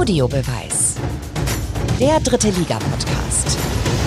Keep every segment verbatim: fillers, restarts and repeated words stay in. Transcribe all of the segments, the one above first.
Audiobeweis. Der dritte Liga-Podcast.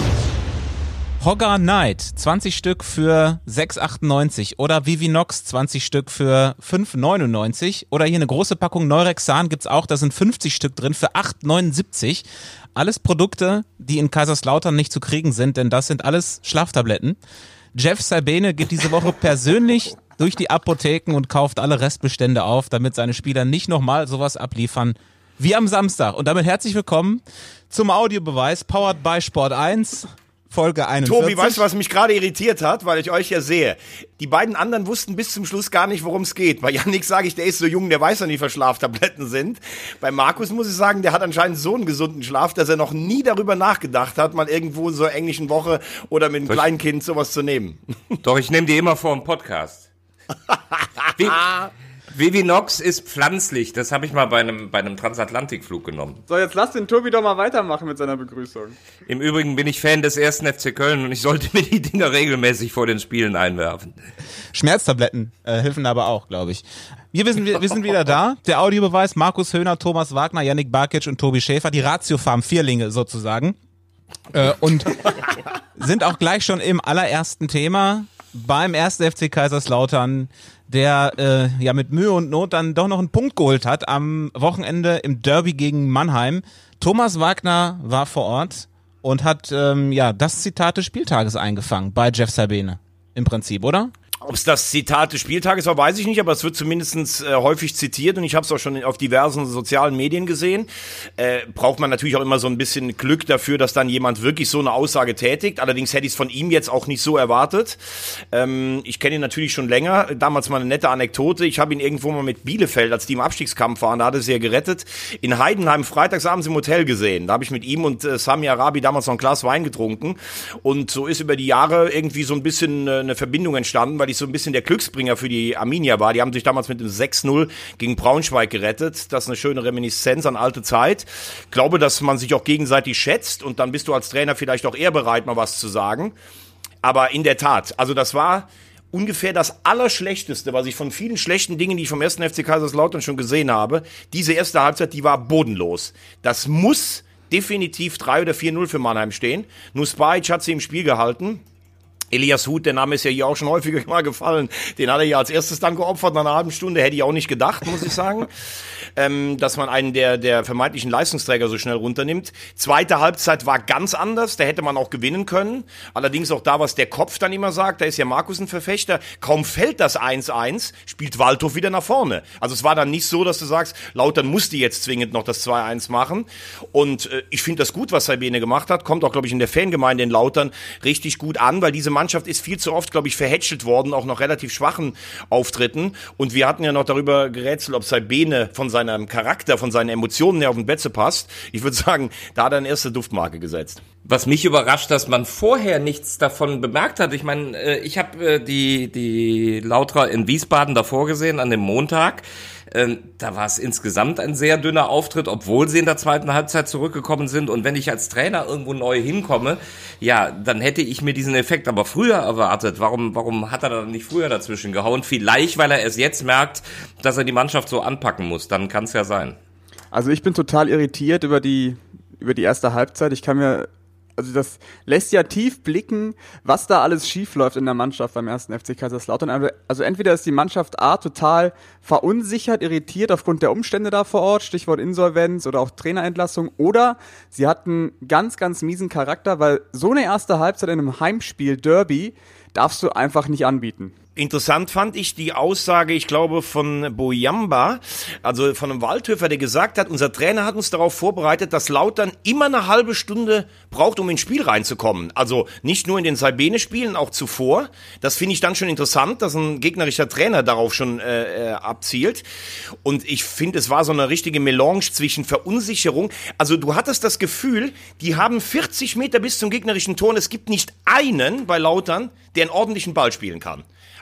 Hogger Knight, zwanzig Stück für sechs achtundneunzig oder Vivinox, zwanzig Stück für fünf neunundneunzig oder hier eine große Packung Neurexan gibt's auch, da sind fünfzig Stück drin für acht neunundsiebzig. Alles Produkte, die in Kaiserslautern nicht zu kriegen sind, denn das sind alles Schlaftabletten. Jeff Saibene geht diese Woche persönlich durch die Apotheken und kauft alle Restbestände auf, damit seine Spieler nicht nochmal sowas abliefern wie am Samstag. Und damit herzlich willkommen zum Audiobeweis, powered by Sport eins. Folge einundvierzig. Tobi, weißt du, was mich gerade irritiert hat, weil ich euch ja sehe? Die beiden anderen wussten bis zum Schluss gar nicht, worum es geht. Bei Yannick sage ich, der ist so jung, der weiß ja nicht, was Schlaftabletten sind. Bei Markus muss ich sagen, der hat anscheinend so einen gesunden Schlaf, dass er noch nie darüber nachgedacht hat, mal irgendwo in so einer englischen Woche oder mit einem kleinen Kind sowas zu nehmen. Doch, ich nehme die immer vor dem Podcast. Wie, Vivinox ist pflanzlich, das habe ich mal bei einem, bei einem Transatlantikflug genommen. So, jetzt lass den Tobi doch mal weitermachen mit seiner Begrüßung. Im Übrigen bin ich Fan des ersten F C Köln und ich sollte mir die Dinger regelmäßig vor den Spielen einwerfen. Schmerztabletten äh, helfen aber auch, glaube ich. Wir, wir, sind, wir, wir sind wieder da. Der Audiobeweis, Markus Höhner, Thomas Wagner, Yannick Barkic und Tobi Schäfer, die Ratiofarm-Vierlinge sozusagen. Äh, und sind auch gleich schon im allerersten Thema beim ersten F C Kaiserslautern, der äh, ja mit Mühe und Not dann doch noch einen Punkt geholt hat am Wochenende im Derby gegen Mannheim. Thomas Wagner war vor Ort und hat ähm, ja das Zitat des Spieltages eingefangen bei Jeff Saibene im Prinzip, oder? Ob es das Zitat des Spieltages war, weiß ich nicht, aber es wird zumindest äh, häufig zitiert und ich habe es auch schon auf diversen sozialen Medien gesehen. Äh, braucht man natürlich auch immer so ein bisschen Glück dafür, dass dann jemand wirklich so eine Aussage tätigt. Allerdings hätte ich es von ihm jetzt auch nicht so erwartet. Ähm, ich kenne ihn natürlich schon länger. Damals mal eine nette Anekdote. Ich habe ihn irgendwo mal mit Bielefeld, als die im Abstiegskampf waren, da hat er sie ja gerettet, in Heidenheim freitagsabends im Hotel gesehen. Da habe ich mit ihm und äh, Sami Arabi damals noch ein Glas Wein getrunken. Und so ist über die Jahre irgendwie so ein bisschen äh, eine Verbindung entstanden, weil ich so ein bisschen der Glücksbringer für die Arminia war. Die haben sich damals mit dem sechs null gegen Braunschweig gerettet. Das ist eine schöne Reminiszenz an alte Zeit. Ich glaube, dass man sich auch gegenseitig schätzt und dann bist du als Trainer vielleicht auch eher bereit, mal was zu sagen. Aber in der Tat, also das war ungefähr das Allerschlechteste, was ich von vielen schlechten Dingen, die ich vom ersten F C Kaiserslautern schon gesehen habe. Diese erste Halbzeit, die war bodenlos. Das muss definitiv drei oder vier null für Mannheim stehen. Nur Spajic hat sie im Spiel gehalten. Elias Huth, der Name ist ja hier auch schon häufiger mal gefallen, den hat er ja als erstes dann geopfert, nach einer halben Stunde, hätte ich auch nicht gedacht, muss ich sagen, ähm, dass man einen der, der vermeintlichen Leistungsträger so schnell runternimmt. Zweite Halbzeit war ganz anders, da hätte man auch gewinnen können, allerdings auch da, was der Kopf dann immer sagt, da ist ja Markus ein Verfechter, kaum fällt das eins eins, spielt Waldhof wieder nach vorne. Also es war dann nicht so, dass du sagst, Lautern musste jetzt zwingend noch das zwei eins machen und äh, ich finde das gut, was Saibene gemacht hat, kommt auch, glaube ich, in der Fangemeinde in Lautern richtig gut an, weil diese Mannschaft ist viel zu oft, glaube ich, verhätschelt worden, auch noch relativ schwachen Auftritten. Und wir hatten ja noch darüber gerätselt, ob Saibene von seinem Charakter, von seinen Emotionen her auf den Betze passt. Ich würde sagen, da hat er eine erste Duftmarke gesetzt. Was mich überrascht, dass man vorher nichts davon bemerkt hat. Ich meine, ich habe die die Lauterer in Wiesbaden davor gesehen an dem Montag. Ähm, da war es insgesamt ein sehr dünner Auftritt, obwohl sie in der zweiten Halbzeit zurückgekommen sind. Und wenn ich als Trainer irgendwo neu hinkomme, ja, dann hätte ich mir diesen Effekt aber früher erwartet. Warum, warum hat er dann nicht früher dazwischen gehauen? Vielleicht, weil er erst jetzt merkt, dass er die Mannschaft so anpacken muss. Dann kann es ja sein. Also ich bin total irritiert über die über die erste Halbzeit. Ich kann mir Also das lässt ja tief blicken, was da alles schief läuft in der Mannschaft beim ersten F C Kaiserslautern. Also entweder ist die Mannschaft A total verunsichert, irritiert aufgrund der Umstände da vor Ort, Stichwort Insolvenz oder auch Trainerentlassung, oder sie hatten ganz, ganz miesen Charakter, weil so eine erste Halbzeit in einem Heimspiel, Derby, darfst du einfach nicht anbieten. Interessant fand ich die Aussage, ich glaube, von Boyamba, also von einem Waldhöfer, der gesagt hat, unser Trainer hat uns darauf vorbereitet, dass Lautern immer eine halbe Stunde braucht, um ins Spiel reinzukommen. Also nicht nur in den Saibene-Spielen, auch zuvor. Das finde ich dann schon interessant, dass ein gegnerischer Trainer darauf schon äh, abzielt. Und ich finde, es war so eine richtige Melange zwischen Verunsicherung. Also du hattest das Gefühl, die haben vierzig Meter bis zum gegnerischen Tor und es gibt nicht einen bei Lautern, der einen ordentlichen Ball spielen kann.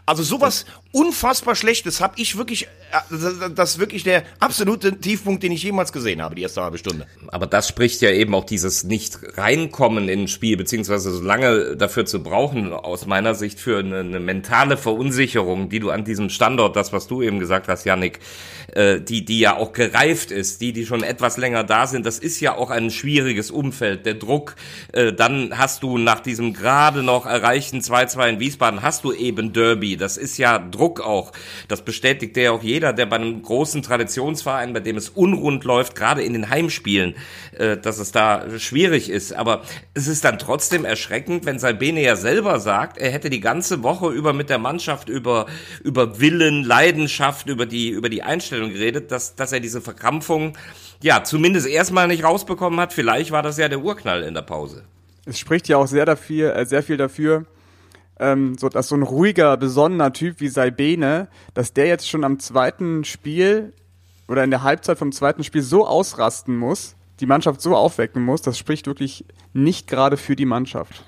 Also sowas unfassbar Schlechtes habe ich wirklich, das ist wirklich der absolute Tiefpunkt, den ich jemals gesehen habe, die erste halbe Stunde. Aber das spricht ja eben auch dieses Nicht-Reinkommen in ein Spiel, beziehungsweise so lange dafür zu brauchen, aus meiner Sicht für eine, eine mentale Verunsicherung, die du an diesem Standort, das was du eben gesagt hast, Yannick, äh, die die ja auch gereift ist, die die schon etwas länger da sind, das ist ja auch ein schwieriges Umfeld, der Druck, äh, dann hast du nach diesem gerade noch erreichten zwei zwei in Wiesbaden, hast du eben Derby, das ist ja Druck auch, das bestätigt ja auch jeder, der bei einem großen Traditionsverein, bei dem es unrund läuft, gerade in den Heimspielen, äh, dass es da schwierig ist, aber es ist dann trotzdem erschreckend, wenn Saibene ja selber sagt, er hätte die ganze Woche über mit der Mannschaft über über Willen, Leidenschaft, über die über die Einstellung geredet, dass dass er diese Verkrampfung ja zumindest erstmal nicht rausbekommen hat, vielleicht war das ja der Urknall in der Pause. Es spricht ja auch sehr dafür, äh, sehr viel dafür, ähm, so, dass so ein ruhiger, besonnener Typ wie Saibene, dass der jetzt schon am zweiten Spiel oder in der Halbzeit vom zweiten Spiel so ausrasten muss, die Mannschaft so aufwecken muss, das spricht wirklich nicht gerade für die Mannschaft.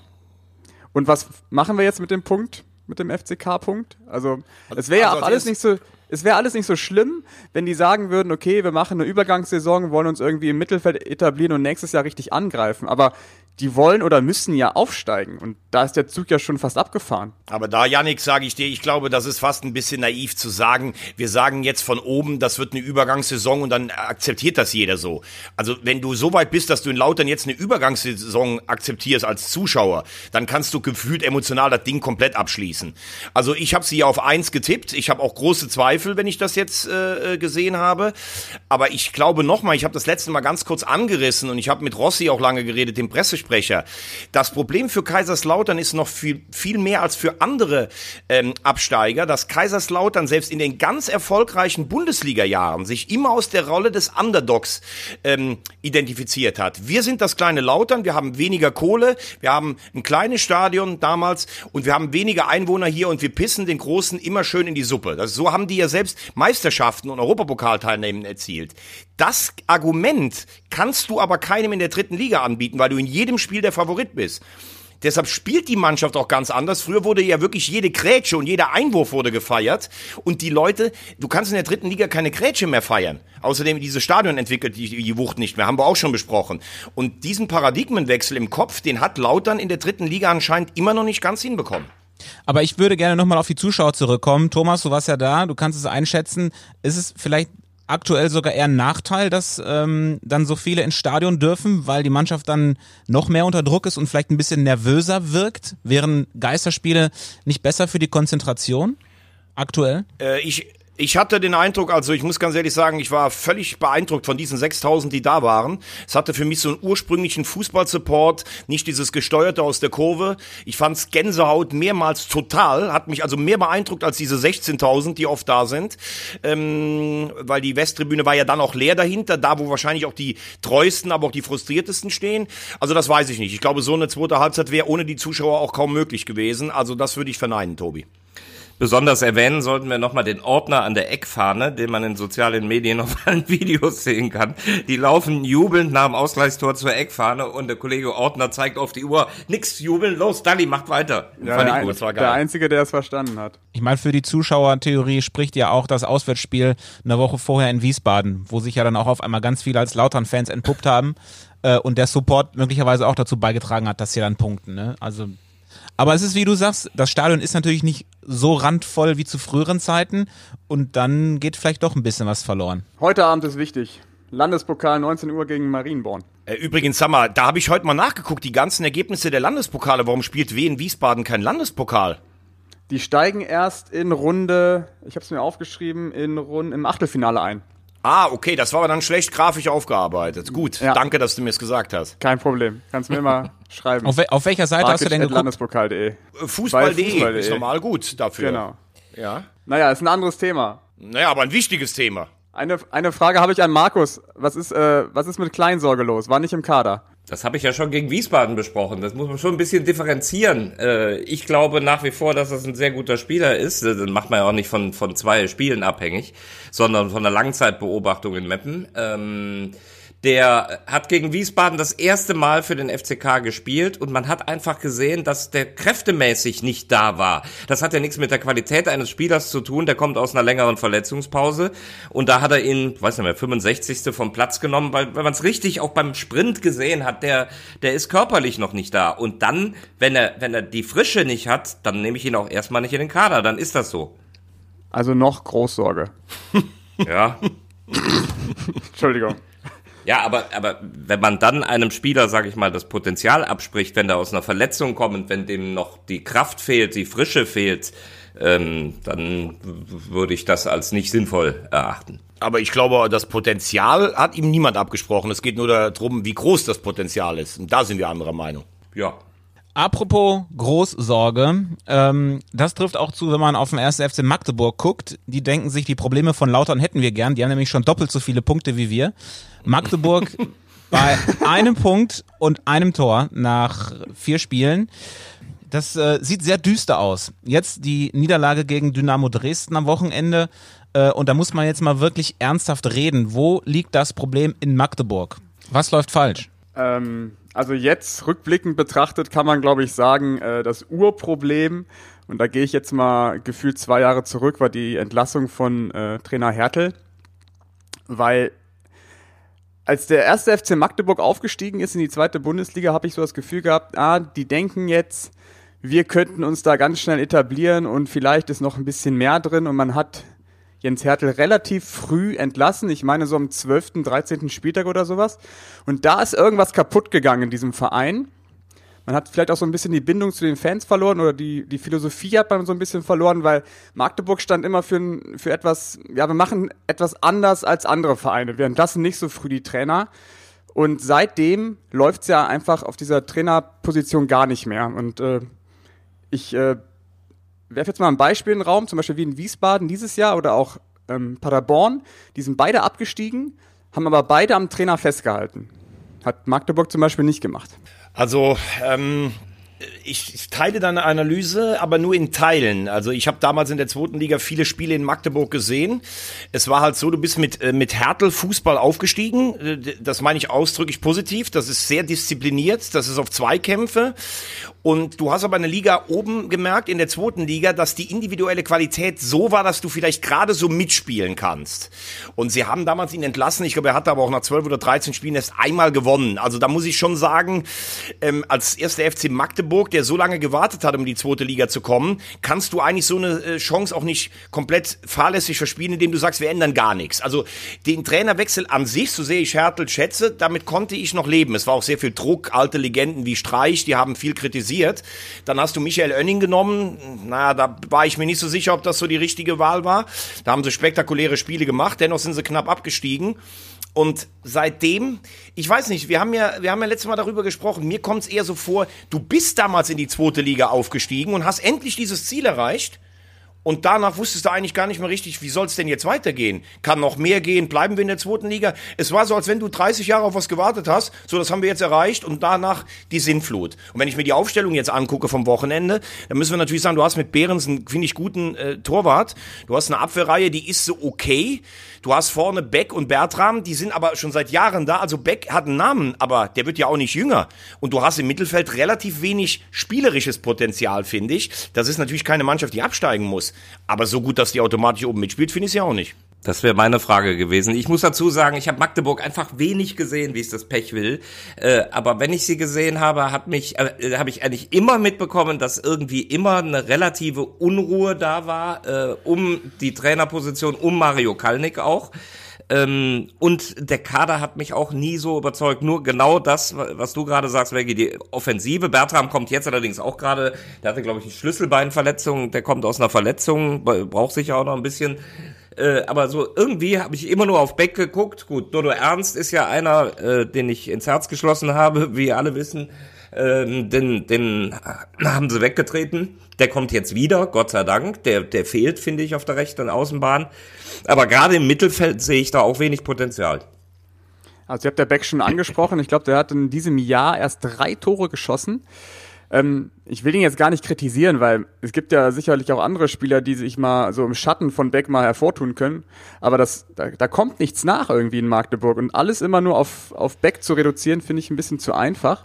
Und was machen wir jetzt mit dem Punkt, mit dem F C K-Punkt? Also, es wäre ja also, auch alles nicht so... Es wäre alles nicht so schlimm, wenn die sagen würden, okay, wir machen eine Übergangssaison, wollen uns irgendwie im Mittelfeld etablieren und nächstes Jahr richtig angreifen. Aber die wollen oder müssen ja aufsteigen. Und da ist der Zug ja schon fast abgefahren. Aber da, Yannick, sage ich dir, ich glaube, das ist fast ein bisschen naiv zu sagen, wir sagen jetzt von oben, das wird eine Übergangssaison und dann akzeptiert das jeder so. Also wenn du so weit bist, dass du in Lautern jetzt eine Übergangssaison akzeptierst als Zuschauer, dann kannst du gefühlt emotional das Ding komplett abschließen. Also ich habe sie auf eins getippt. Ich habe auch große Zweifel, wenn ich das jetzt äh, gesehen habe. Aber ich glaube nochmal, ich habe das letzte Mal ganz kurz angerissen und ich habe mit Rossi auch lange geredet, dem Pressesprecher. Das Problem für Kaiserslautern ist noch viel, viel mehr als für andere ähm, Absteiger, dass Kaiserslautern selbst in den ganz erfolgreichen Bundesliga-Jahren sich immer aus der Rolle des Underdogs ähm, identifiziert hat. Wir sind das kleine Lautern, wir haben weniger Kohle, wir haben ein kleines Stadion damals und wir haben weniger Einwohner hier und wir pissen den Großen immer schön in die Suppe. Das, so haben die ja selbst Meisterschaften und Europapokalteilnahmen erzielt. Das Argument kannst du aber keinem in der dritten Liga anbieten, weil du in jedem Spiel der Favorit bist. Deshalb spielt die Mannschaft auch ganz anders. Früher wurde ja wirklich jede Grätsche und jeder Einwurf wurde gefeiert. Und die Leute, du kannst in der dritten Liga keine Grätsche mehr feiern. Außerdem, dieses Stadion entwickelt die, die Wucht nicht mehr, haben wir auch schon besprochen. Und diesen Paradigmenwechsel im Kopf, den hat Lautern in der dritten Liga anscheinend immer noch nicht ganz hinbekommen. Aber ich würde gerne nochmal auf die Zuschauer zurückkommen. Thomas, du warst ja da, du kannst es einschätzen. Ist es vielleicht aktuell sogar eher ein Nachteil, dass ähm, dann so viele ins Stadion dürfen, weil die Mannschaft dann noch mehr unter Druck ist und vielleicht ein bisschen nervöser wirkt? Wären Geisterspiele nicht besser für die Konzentration aktuell? Äh, ich... Ich hatte den Eindruck, also ich muss ganz ehrlich sagen, ich war völlig beeindruckt von diesen sechstausend, die da waren. Es hatte für mich so einen ursprünglichen Fußballsupport, nicht dieses Gesteuerte aus der Kurve. Ich fand's Gänsehaut mehrmals total, hat mich also mehr beeindruckt als diese sechzehntausend, die oft da sind. Ähm, weil die Westtribüne war ja dann auch leer dahinter, da wo wahrscheinlich auch die treuesten, aber auch die frustriertesten stehen. Also das weiß ich nicht. Ich glaube, so eine zweite Halbzeit wäre ohne die Zuschauer auch kaum möglich gewesen. Also das würde ich verneinen, Tobi. Besonders erwähnen sollten wir nochmal den Ordner an der Eckfahne, den man in sozialen Medien auf allen Videos sehen kann. Die laufen jubelnd nach dem Ausgleichstor zur Eckfahne und der Kollege Ordner zeigt auf die Uhr, nix jubeln, los, Dalli, macht weiter. Ja, Fand der, ich gut. Das war geil. Der Einzige, der es verstanden hat. Ich meine, für die Zuschauertheorie spricht ja auch das Auswärtsspiel eine Woche vorher in Wiesbaden, wo sich ja dann auch auf einmal ganz viele als Lautern-Fans entpuppt haben äh, und der Support möglicherweise auch dazu beigetragen hat, dass sie dann punkten, ne? Also aber es ist, wie du sagst, das Stadion ist natürlich nicht so randvoll wie zu früheren Zeiten und dann geht vielleicht doch ein bisschen was verloren. Heute Abend ist wichtig. Landespokal neunzehn Uhr gegen Marienborn. Äh, übrigens, sag mal, da habe ich heute mal nachgeguckt, die ganzen Ergebnisse der Landespokale. Warum spielt W in Wiesbaden kein Landespokal? Die steigen erst in Runde, ich habe es mir aufgeschrieben, in Runde, im Achtelfinale ein. Ah, okay, das war aber dann schlecht grafisch aufgearbeitet. Gut, ja. Danke, dass du mir es gesagt hast. Kein Problem, kannst mir immer schreiben. Auf, we- auf welcher Seite hast du denn geguckt? Landespokal punkt de. Fußball punkt de ist normal gut dafür. Genau. Ja. Naja, ist ein anderes Thema. Naja, aber ein wichtiges Thema. Eine, eine Frage habe ich an Markus. Was ist, äh, was ist mit Kleinsorge los? War nicht im Kader. Das habe ich ja schon gegen Wiesbaden besprochen. Das muss man schon ein bisschen differenzieren. Äh, ich glaube nach wie vor, dass das ein sehr guter Spieler ist. Das macht man ja auch nicht von von zwei Spielen abhängig, sondern von einer Langzeitbeobachtung in Meppen. Ähm, Der hat gegen Wiesbaden das erste Mal für den F C K gespielt und man hat einfach gesehen, dass der kräftemäßig nicht da war. Das hat ja nichts mit der Qualität eines Spielers zu tun, der kommt aus einer längeren Verletzungspause und da hat er ihn, weiß nicht mehr, fünfundsechzigste vom Platz genommen, weil, weil man es richtig auch beim Sprint gesehen hat, der, der ist körperlich noch nicht da. Und dann, wenn er, wenn er die Frische nicht hat, dann nehme ich ihn auch erstmal nicht in den Kader, dann ist das so. Also noch Großsorge. Ja. Entschuldigung. Ja, aber, aber wenn man dann einem Spieler, sag ich mal, das Potenzial abspricht, wenn der aus einer Verletzung kommt, wenn dem noch die Kraft fehlt, die Frische fehlt, ähm, dann würde ich das als nicht sinnvoll erachten. Aber ich glaube, das Potenzial hat ihm niemand abgesprochen. Es geht nur darum, wie groß das Potenzial ist. Und da sind wir anderer Meinung. Ja. Apropos Großsorge, ähm, das trifft auch zu, wenn man auf den ersten F C Magdeburg guckt. Die denken sich, die Probleme von Lautern hätten wir gern. Die haben nämlich schon doppelt so viele Punkte wie wir. Magdeburg bei einem Punkt und einem Tor nach vier Spielen. Das äh, sieht sehr düster aus. Jetzt die Niederlage gegen Dynamo Dresden am Wochenende. Äh, und da muss man jetzt mal wirklich ernsthaft reden. Wo liegt das Problem in Magdeburg? Was läuft falsch? Ähm, also jetzt rückblickend betrachtet kann man, glaube ich, sagen, äh, das Urproblem, und da gehe ich jetzt mal gefühlt zwei Jahre zurück, war die Entlassung von äh, Trainer Hertel. Weil als der erste F C Magdeburg aufgestiegen ist in die zweite Bundesliga, habe ich so das Gefühl gehabt, ah, die denken jetzt, wir könnten uns da ganz schnell etablieren und vielleicht ist noch ein bisschen mehr drin und man hat Jens Hertel relativ früh entlassen, ich meine so am zwölften, dreizehnten Spieltag oder sowas. Und da ist irgendwas kaputt gegangen in diesem Verein. Man hat vielleicht auch so ein bisschen die Bindung zu den Fans verloren oder die, die Philosophie hat man so ein bisschen verloren, weil Magdeburg stand immer für, für etwas, ja, wir machen etwas anders als andere Vereine. Wir entlassen nicht so früh die Trainer. Und seitdem läuft's ja einfach auf dieser Trainerposition gar nicht mehr. Und äh, ich äh, werfe jetzt mal ein Beispiel in den Raum, zum Beispiel wie in Wiesbaden dieses Jahr oder auch ähm, Paderborn. Die sind beide abgestiegen, haben aber beide am Trainer festgehalten. Hat Magdeburg zum Beispiel nicht gemacht. Also, ähm, ich, ich teile deine Analyse, aber nur in Teilen. Also ich habe damals in der zweiten Liga viele Spiele in Magdeburg gesehen. Es war halt so, du bist mit, äh, mit Hertel Fußball aufgestiegen. Das meine ich ausdrücklich positiv. Das ist sehr diszipliniert. Das ist auf Zweikämpfe. Und du hast aber in der Liga oben gemerkt, in der zweiten Liga, dass die individuelle Qualität so war, dass du vielleicht gerade so mitspielen kannst. Und sie haben damals ihn entlassen. Ich glaube, er hatte aber auch nach zwölf oder dreizehn Spielen erst einmal gewonnen. Also da muss ich schon sagen, ähm, als erster F C Magdeburg, der so lange gewartet hat, um in die zweite Liga zu kommen, kannst du eigentlich so eine äh, Chance auch nicht komplett fahrlässig verspielen, indem du sagst, wir ändern gar nichts. Also den Trainerwechsel an sich, so sehr ich Hertel schätze, damit konnte ich noch leben. Es war auch sehr viel Druck, alte Legenden wie Streich, die haben viel kritisiert. Dann hast du Michael Oenning genommen. Naja, da war ich mir nicht so sicher, ob das so die richtige Wahl war. Da haben sie spektakuläre Spiele gemacht, dennoch sind sie knapp abgestiegen. Und seitdem, ich weiß nicht, wir haben ja, wir haben ja letztes Mal darüber gesprochen, mir kommt es eher so vor, du bist damals in die zweite Liga aufgestiegen und hast endlich dieses Ziel erreicht. Und danach wusstest du eigentlich gar nicht mehr richtig, wie soll es denn jetzt weitergehen? Kann noch mehr gehen? Bleiben wir in der zweiten Liga? Es war so, als wenn du dreißig Jahre auf was gewartet hast. So, das haben wir jetzt erreicht und danach die Sinnflut. Und wenn ich mir die Aufstellung jetzt angucke vom Wochenende, dann müssen wir natürlich sagen, du hast mit Behrens einen, finde ich, guten äh, Torwart. Du hast eine Abwehrreihe, die ist so okay. Du hast vorne Beck und Bertram, die sind aber schon seit Jahren da. Also Beck hat einen Namen, aber der wird ja auch nicht jünger. Und du hast im Mittelfeld relativ wenig spielerisches Potenzial, finde ich. Das ist natürlich keine Mannschaft, die absteigen muss. Aber so gut, dass die automatisch oben mitspielt, finde ich sie auch nicht. Das wäre meine Frage gewesen. Ich muss dazu sagen, ich habe Magdeburg einfach wenig gesehen, wie es das Pech will. Äh, aber wenn ich sie gesehen habe, hat mich, äh, habe ich eigentlich immer mitbekommen, dass irgendwie immer eine relative Unruhe da war äh, um die Trainerposition, um Mario Kalnick auch. Ähm, und der Kader hat mich auch nie so überzeugt. Nur genau das, was du gerade sagst, Veggie, die Offensive. Bertram kommt jetzt allerdings auch gerade, der hatte, glaube ich, eine Schlüsselbeinverletzung. Der kommt aus einer Verletzung, braucht sicher auch noch ein bisschen. Äh, aber so irgendwie habe ich immer nur auf Beck geguckt. Gut, Dodo Ernst ist ja einer, äh, den ich ins Herz geschlossen habe, wie alle wissen. Ähm, den, den haben sie weggetreten. Der kommt jetzt wieder, Gott sei Dank. Der, der fehlt, finde ich, auf der rechten Außenbahn. Aber gerade im Mittelfeld sehe ich da auch wenig Potenzial. Also ihr habt der Beck schon angesprochen. Ich glaube, der hat in diesem Jahr erst drei Tore geschossen. Ähm, ich will ihn jetzt gar nicht kritisieren, weil es gibt ja sicherlich auch andere Spieler, die sich mal so im Schatten von Beck mal hervortun können. Aber das, da, da kommt nichts nach irgendwie in Magdeburg. Und alles immer nur auf, auf Beck zu reduzieren, finde ich ein bisschen zu einfach.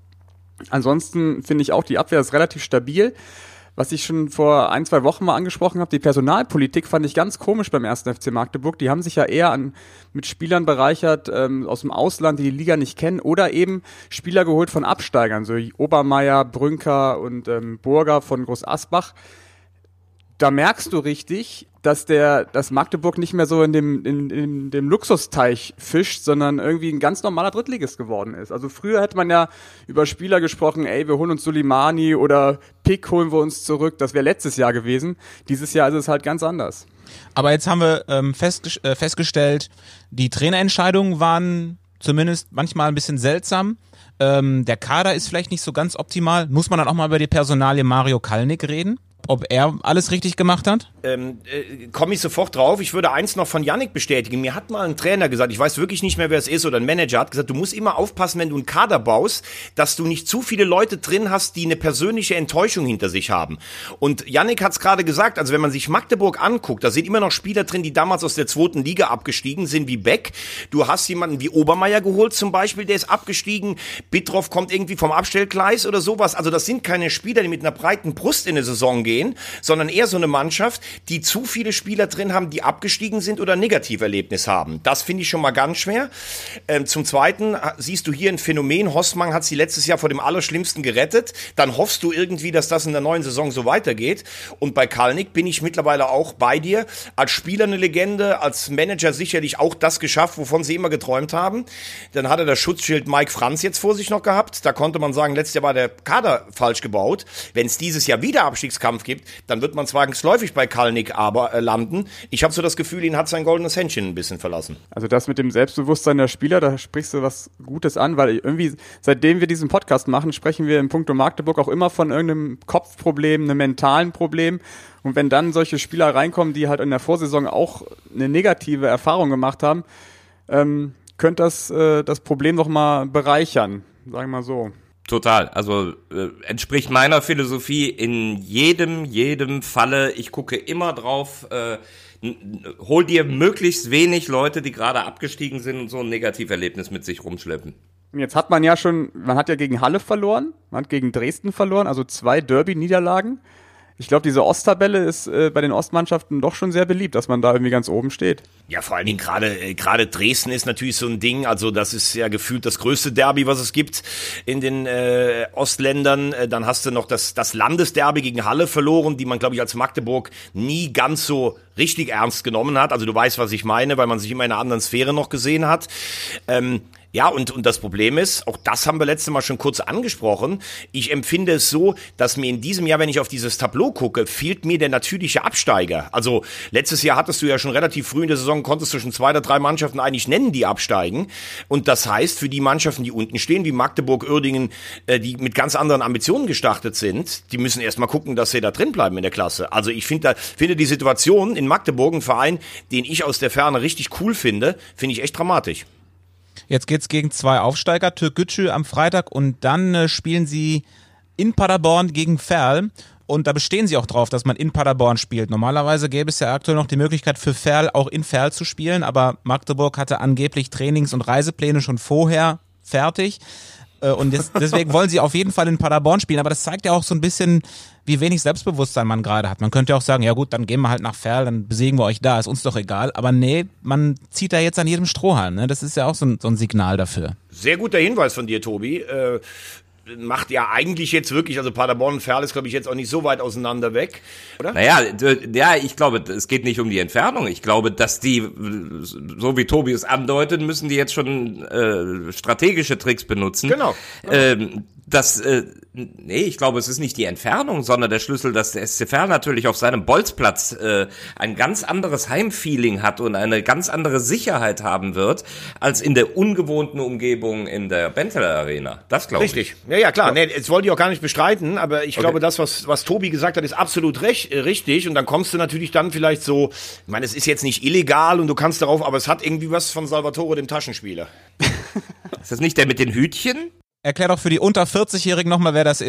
Ansonsten finde ich auch, die Abwehr ist relativ stabil. Was ich schon vor ein, zwei Wochen mal angesprochen habe, die Personalpolitik fand ich ganz komisch beim ersten F C Magdeburg. Die haben sich ja eher an, mit Spielern bereichert ähm, aus dem Ausland, die die Liga nicht kennen, oder eben Spieler geholt von Absteigern, so Obermeier, Brünker und ähm, Burger von Groß Asbach. Da merkst du richtig, dass der, dass Magdeburg nicht mehr so in dem, in, in dem Luxusteich fischt, sondern irgendwie ein ganz normaler Drittligist geworden ist. Also früher hätte man ja über Spieler gesprochen, ey, wir holen uns Suleimani oder Pick holen wir uns zurück. Das wäre letztes Jahr gewesen. Dieses Jahr ist es halt ganz anders. Aber jetzt haben wir ähm, festge- äh, festgestellt, die Trainerentscheidungen waren zumindest manchmal ein bisschen seltsam. Ähm, der Kader ist vielleicht nicht so ganz optimal. Muss man dann auch mal über die Personalie Mario Kalnick reden? Ob er alles richtig gemacht hat? Ähm, äh, komme ich sofort drauf. Ich würde eins noch von Yannick bestätigen. Mir hat mal ein Trainer gesagt, ich weiß wirklich nicht mehr, wer es ist, oder ein Manager hat gesagt, du musst immer aufpassen, wenn du einen Kader baust, dass du nicht zu viele Leute drin hast, die eine persönliche Enttäuschung hinter sich haben. Und Yannick hat es gerade gesagt, also wenn man sich Magdeburg anguckt, da sind immer noch Spieler drin, die damals aus der zweiten Liga abgestiegen sind, wie Beck. Du hast jemanden wie Obermeier geholt zum Beispiel, der ist abgestiegen. Bittroff kommt irgendwie vom Abstellgleis oder sowas. Also das sind keine Spieler, die mit einer breiten Brust in eine Saison gehen, sondern eher so eine Mannschaft, die zu viele Spieler drin haben, die abgestiegen sind oder ein Negativerlebnis haben. Das finde ich schon mal ganz schwer. Ähm, zum Zweiten siehst du hier ein Phänomen. Hossmann hat sie letztes Jahr vor dem Allerschlimmsten gerettet. Dann hoffst du irgendwie, dass das in der neuen Saison so weitergeht. Und bei Kalnick bin ich mittlerweile auch bei dir. Als Spieler eine Legende, als Manager sicherlich auch das geschafft, wovon sie immer geträumt haben. Dann hat er das Schutzschild Mike Franz jetzt vor sich noch gehabt. Da konnte man sagen, letztes Jahr war der Kader falsch gebaut. Wenn es dieses Jahr wieder Abstiegskampf gibt, dann wird man zwangsläufig bei Kalnick aber äh, landen. Ich habe so das Gefühl, ihn hat sein goldenes Händchen ein bisschen verlassen. Also das mit dem Selbstbewusstsein der Spieler, da sprichst du was Gutes an, weil irgendwie, seitdem wir diesen Podcast machen, sprechen wir im Punkto Magdeburg auch immer von irgendeinem Kopfproblem, einem mentalen Problem. Und wenn dann solche Spieler reinkommen, die halt in der Vorsaison auch eine negative Erfahrung gemacht haben, ähm, könnte das äh, das Problem noch mal bereichern, sagen wir mal so. Total, also äh, entspricht meiner Philosophie in jedem, jedem Falle. Ich gucke immer drauf, äh, n- hol dir möglichst wenig Leute, die gerade abgestiegen sind und so ein Negativerlebnis mit sich rumschleppen. Jetzt hat man ja schon, man hat ja gegen Halle verloren, man hat gegen Dresden verloren, also zwei Derby-Niederlagen. Ich glaube, diese Osttabelle ist äh, bei den Ostmannschaften doch schon sehr beliebt, dass man da irgendwie ganz oben steht. Ja, vor allen Dingen gerade äh, gerade Dresden ist natürlich so ein Ding, also das ist ja gefühlt das größte Derby, was es gibt in den äh, Ostländern. Äh, dann hast du noch das das Landesderby gegen Halle verloren, die man, glaube ich, als Magdeburg nie ganz so richtig ernst genommen hat. Also du weißt, was ich meine, weil man sich immer in einer anderen Sphäre noch gesehen hat. Ähm, Ja, und, und das Problem ist, auch das haben wir letztes Mal schon kurz angesprochen, ich empfinde es so, dass mir in diesem Jahr, wenn ich auf dieses Tableau gucke, fehlt mir der natürliche Absteiger. Also letztes Jahr hattest du ja schon relativ früh in der Saison, konntest du schon zwei oder drei Mannschaften eigentlich nennen, die absteigen. Und das heißt, für die Mannschaften, die unten stehen, wie Magdeburg, Uerdingen, äh, die mit ganz anderen Ambitionen gestartet sind, die müssen erstmal gucken, dass sie da drin bleiben in der Klasse. Also ich finde, finde die Situation in Magdeburg, ein Verein, den ich aus der Ferne richtig cool finde, finde ich echt dramatisch. Jetzt geht's gegen zwei Aufsteiger, Türkgücü am Freitag, und dann äh, spielen sie in Paderborn gegen Verl. Und da bestehen sie auch drauf, dass man in Paderborn spielt. Normalerweise gäbe es ja aktuell noch die Möglichkeit für Verl auch in Verl zu spielen, aber Magdeburg hatte angeblich Trainings- und Reisepläne schon vorher fertig. Äh, und des, deswegen wollen sie auf jeden Fall in Paderborn spielen. Aber das zeigt ja auch so ein bisschen, wie wenig Selbstbewusstsein man gerade hat. Man könnte ja auch sagen, ja gut, dann gehen wir halt nach Verl, dann besiegen wir euch da, ist uns doch egal. Aber nee, man zieht da jetzt an jedem Strohhalm. Ne? Das ist ja auch so ein, so ein Signal dafür. Sehr guter Hinweis von dir, Tobi. Äh, macht ja eigentlich jetzt wirklich, also Paderborn und Verl ist, glaube ich, jetzt auch nicht so weit auseinander weg, oder? Naja, ja, ich glaube, es geht nicht um die Entfernung. Ich glaube, dass die, so wie Tobi es andeutet, müssen die jetzt schon äh, strategische Tricks benutzen. Genau. genau. Ähm, das, äh, nee, ich glaube, es ist nicht die Entfernung, sondern der Schlüssel, dass der S C Verl natürlich auf seinem Bolzplatz äh, ein ganz anderes Heimfeeling hat und eine ganz andere Sicherheit haben wird, als in der ungewohnten Umgebung in der Benteler Arena. Das glaube ich. Richtig. Ja, ja, klar. Nee, das wollte ich auch gar nicht bestreiten, aber ich okay. glaube, das, was, was Tobi gesagt hat, ist absolut recht, äh, richtig. Und dann kommst du natürlich dann vielleicht so, ich meine, es ist jetzt nicht illegal und du kannst darauf, aber es hat irgendwie was von Salvatore, dem Taschenspieler. Ist das nicht der mit den Hütchen? Erklär doch für die unter vierzig-Jährigen nochmal, wer das ist.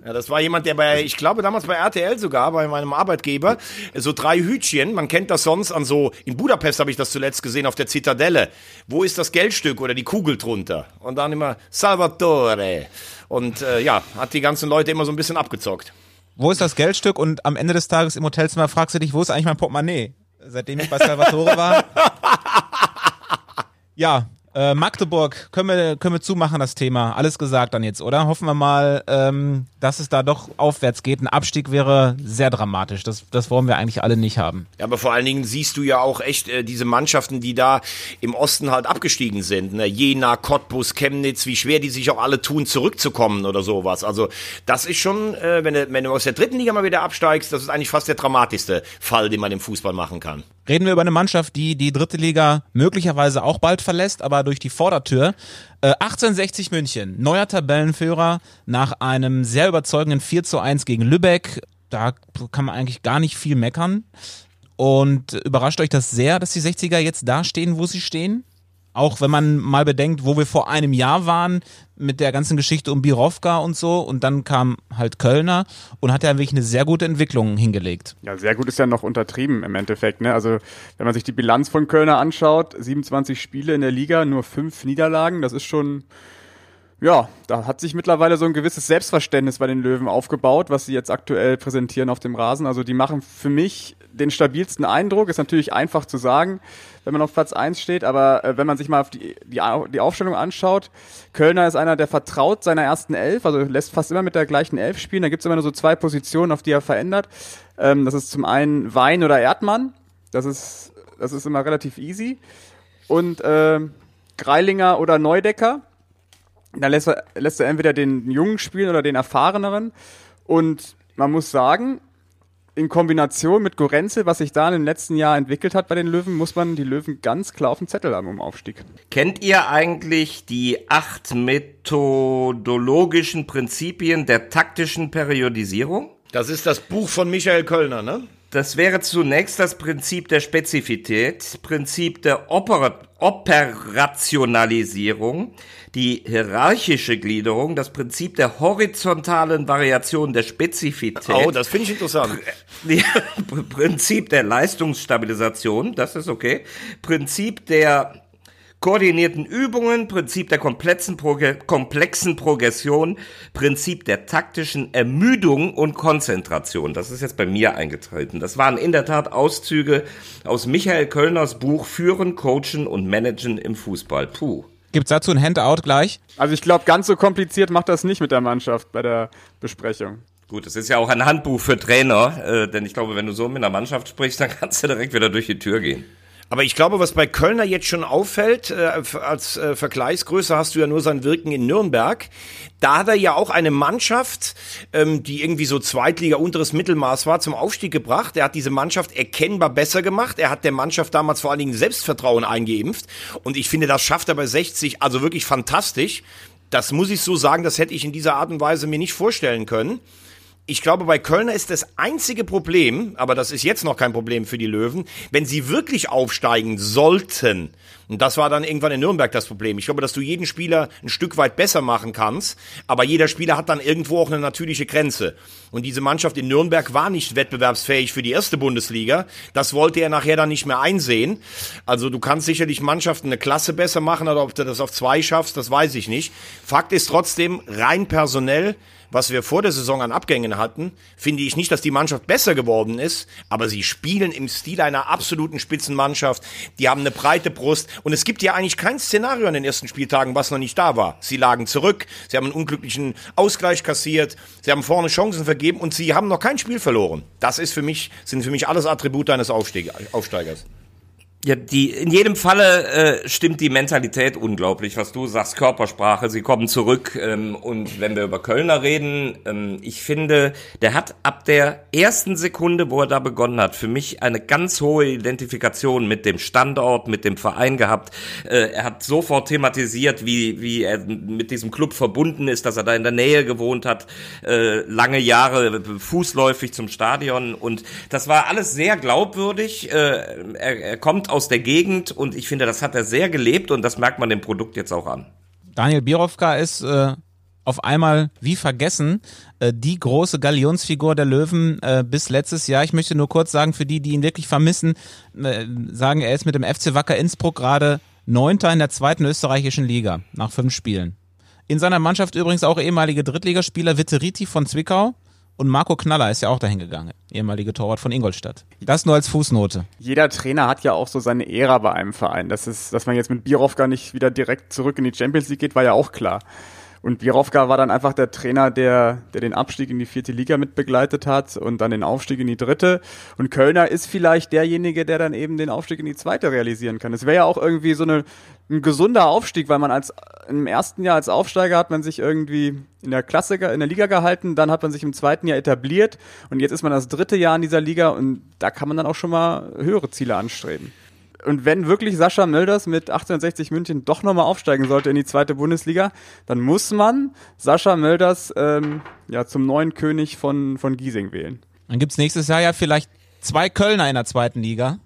Ja, das war jemand, der bei, ich glaube damals bei R T L sogar, bei meinem Arbeitgeber, so drei Hütchen, man kennt das sonst an so, in Budapest habe ich das zuletzt gesehen, auf der Zitadelle. Wo ist das Geldstück oder die Kugel drunter? Und dann immer Salvatore. Und äh, ja, hat die ganzen Leute immer so ein bisschen abgezockt. Wo ist das Geldstück? Und am Ende des Tages im Hotelzimmer fragst du dich, wo ist eigentlich mein Portemonnaie? Seitdem ich bei Salvatore war. Ja, äh, Magdeburg, können wir, können wir zumachen das Thema. Alles gesagt dann jetzt, oder? Hoffen wir mal, ähm, dass es da doch aufwärts geht. Ein Abstieg wäre sehr dramatisch. Das, das wollen wir eigentlich alle nicht haben. Ja, aber vor allen Dingen siehst du ja auch echt äh, diese Mannschaften, die da im Osten halt abgestiegen sind. Ne? Jena, Cottbus, Chemnitz, wie schwer die sich auch alle tun, zurückzukommen oder sowas. Also das ist schon, äh, wenn, du, wenn du aus der dritten Liga mal wieder absteigst, das ist eigentlich fast der dramatischste Fall, den man im Fußball machen kann. Reden wir über eine Mannschaft, die die dritte Liga möglicherweise auch bald verlässt, aber durch die Vordertür. Äh, achtzehnhundertsechzig München, neuer Tabellenführer nach einem sehr überzeugenden vier zu eins gegen Lübeck. Da kann man eigentlich gar nicht viel meckern. Und überrascht euch das sehr, dass die sechziger jetzt da stehen, wo sie stehen? Auch wenn man mal bedenkt, wo wir vor einem Jahr waren mit der ganzen Geschichte um Birovka und so, und dann kam halt Kölner und hat ja wirklich eine sehr gute Entwicklung hingelegt. Ja, sehr gut ist ja noch untertrieben im Endeffekt, ne? Also wenn man sich die Bilanz von Kölner anschaut, siebenundzwanzig Spiele in der Liga, nur fünf Niederlagen, das ist schon, ja, da hat sich mittlerweile so ein gewisses Selbstverständnis bei den Löwen aufgebaut, was sie jetzt aktuell präsentieren auf dem Rasen. Also die machen für mich den stabilsten Eindruck, ist natürlich einfach zu sagen, wenn man auf Platz eins steht, aber äh, wenn man sich mal auf die, die, die Aufstellung anschaut, Kölner ist einer, der vertraut seiner ersten Elf, also lässt fast immer mit der gleichen Elf spielen, da gibt's immer nur so zwei Positionen, auf die er verändert. Ähm, das ist zum einen Wein oder Erdmann, das ist, das ist immer relativ easy, und äh, Greilinger oder Neudecker, da lässt er, lässt er entweder den Jungen spielen oder den Erfahreneren, und man muss sagen, in Kombination mit Gorenzel, was sich da in den letzten Jahren entwickelt hat bei den Löwen, muss man die Löwen ganz klar auf dem Zettel haben im Aufstieg. Kennt ihr eigentlich die acht methodologischen Prinzipien der taktischen Periodisierung? Das ist das Buch von Michael Kölner, ne? Das wäre zunächst das Prinzip der Spezifität, Prinzip der Oper- Operationalisierung, die hierarchische Gliederung, das Prinzip der horizontalen Variation der Spezifität. Oh, das finde ich interessant. Prinzip der Leistungsstabilisation, das ist okay. Prinzip der koordinierten Übungen, Prinzip der komplexen, Proge- komplexen Progression, Prinzip der taktischen Ermüdung und Konzentration. Das ist jetzt bei mir eingetreten. Das waren in der Tat Auszüge aus Michael Kölners Buch Führen, Coachen und Managen im Fußball. Puh. Gibt's dazu ein Handout gleich? Also ich glaube, ganz so kompliziert macht das nicht mit der Mannschaft bei der Besprechung. Gut, es ist ja auch ein Handbuch für Trainer, äh, denn ich glaube, wenn du so mit einer Mannschaft sprichst, dann kannst du direkt wieder durch die Tür gehen. Aber ich glaube, was bei Kölner jetzt schon auffällt, äh, als äh, Vergleichsgröße hast du ja nur sein Wirken in Nürnberg. Da hat er ja auch eine Mannschaft, ähm, die irgendwie so Zweitliga unteres Mittelmaß war, zum Aufstieg gebracht. Er hat diese Mannschaft erkennbar besser gemacht. Er hat der Mannschaft damals vor allen Dingen Selbstvertrauen eingeimpft. Und ich finde, das schafft er bei sechzig also wirklich fantastisch. Das muss ich so sagen, das hätte ich in dieser Art und Weise mir nicht vorstellen können. Ich glaube, bei Kölner ist das einzige Problem, aber das ist jetzt noch kein Problem für die Löwen, wenn sie wirklich aufsteigen sollten. Und das war dann irgendwann in Nürnberg das Problem. Ich glaube, dass du jeden Spieler ein Stück weit besser machen kannst, aber jeder Spieler hat dann irgendwo auch eine natürliche Grenze. Und diese Mannschaft in Nürnberg war nicht wettbewerbsfähig für die erste Bundesliga. Das wollte er nachher dann nicht mehr einsehen. Also du kannst sicherlich Mannschaften eine Klasse besser machen, oder ob du das auf zwei schaffst, das weiß ich nicht. Fakt ist trotzdem, rein personell, was wir vor der Saison an Abgängen hatten, finde ich nicht, dass die Mannschaft besser geworden ist, aber sie spielen im Stil einer absoluten Spitzenmannschaft. Die haben eine breite Brust und es gibt ja eigentlich kein Szenario an den ersten Spieltagen, was noch nicht da war. Sie lagen zurück, sie haben einen unglücklichen Ausgleich kassiert, sie haben vorne Chancen vergeben und sie haben noch kein Spiel verloren. Das ist für mich, sind für mich alles Attribute eines Aufstieg- Aufsteigers. Ja, die, in jedem Falle äh, stimmt die Mentalität unglaublich, was du sagst, Körpersprache, sie kommen zurück, ähm, und wenn wir über Kölner reden, ähm, ich finde, der hat ab der ersten Sekunde, wo er da begonnen hat, für mich eine ganz hohe Identifikation mit dem Standort, mit dem Verein gehabt. Äh, er hat sofort thematisiert, wie wie er mit diesem Club verbunden ist, dass er da in der Nähe gewohnt hat, äh, lange Jahre fußläufig zum Stadion, und das war alles sehr glaubwürdig. Äh, er, er kommt aus der Gegend und ich finde, das hat er sehr gelebt und das merkt man dem Produkt jetzt auch an. Daniel Birovka ist äh, auf einmal wie vergessen, äh, die große Galionsfigur der Löwen äh, bis letztes Jahr. Ich möchte nur kurz sagen, für die, die ihn wirklich vermissen, äh, sagen, er ist mit dem F C Wacker Innsbruck gerade Neunter in der zweiten österreichischen Liga nach fünf Spielen. In seiner Mannschaft übrigens auch ehemalige Drittligaspieler Vitteriti von Zwickau und Marco Knaller ist ja auch dahin gegangen, ehemalige Torwart von Ingolstadt. Das nur als Fußnote. Jeder Trainer hat ja auch so seine Ära bei einem Verein. Das ist, dass man jetzt mit Birovka nicht wieder direkt zurück in die Champions League geht, war ja auch klar. Und Birovka war dann einfach der Trainer, der, der den Abstieg in die vierte Liga mit begleitet hat und dann den Aufstieg in die dritte. Und Kölner ist vielleicht derjenige, der dann eben den Aufstieg in die zweite realisieren kann. Es wäre ja auch irgendwie so eine, ein gesunder Aufstieg, weil man als im ersten Jahr als Aufsteiger hat man sich irgendwie in der Klasse, in der Liga gehalten, dann hat man sich im zweiten Jahr etabliert und jetzt ist man das dritte Jahr in dieser Liga und da kann man dann auch schon mal höhere Ziele anstreben. Und wenn wirklich Sascha Mölders mit achtzehnhundertsechzig München doch nochmal aufsteigen sollte in die zweite Bundesliga, dann muss man Sascha Mölders ähm, ja, zum neuen König von, von Giesing wählen. Dann gibt's nächstes Jahr ja vielleicht zwei Kölner in der zweiten Liga.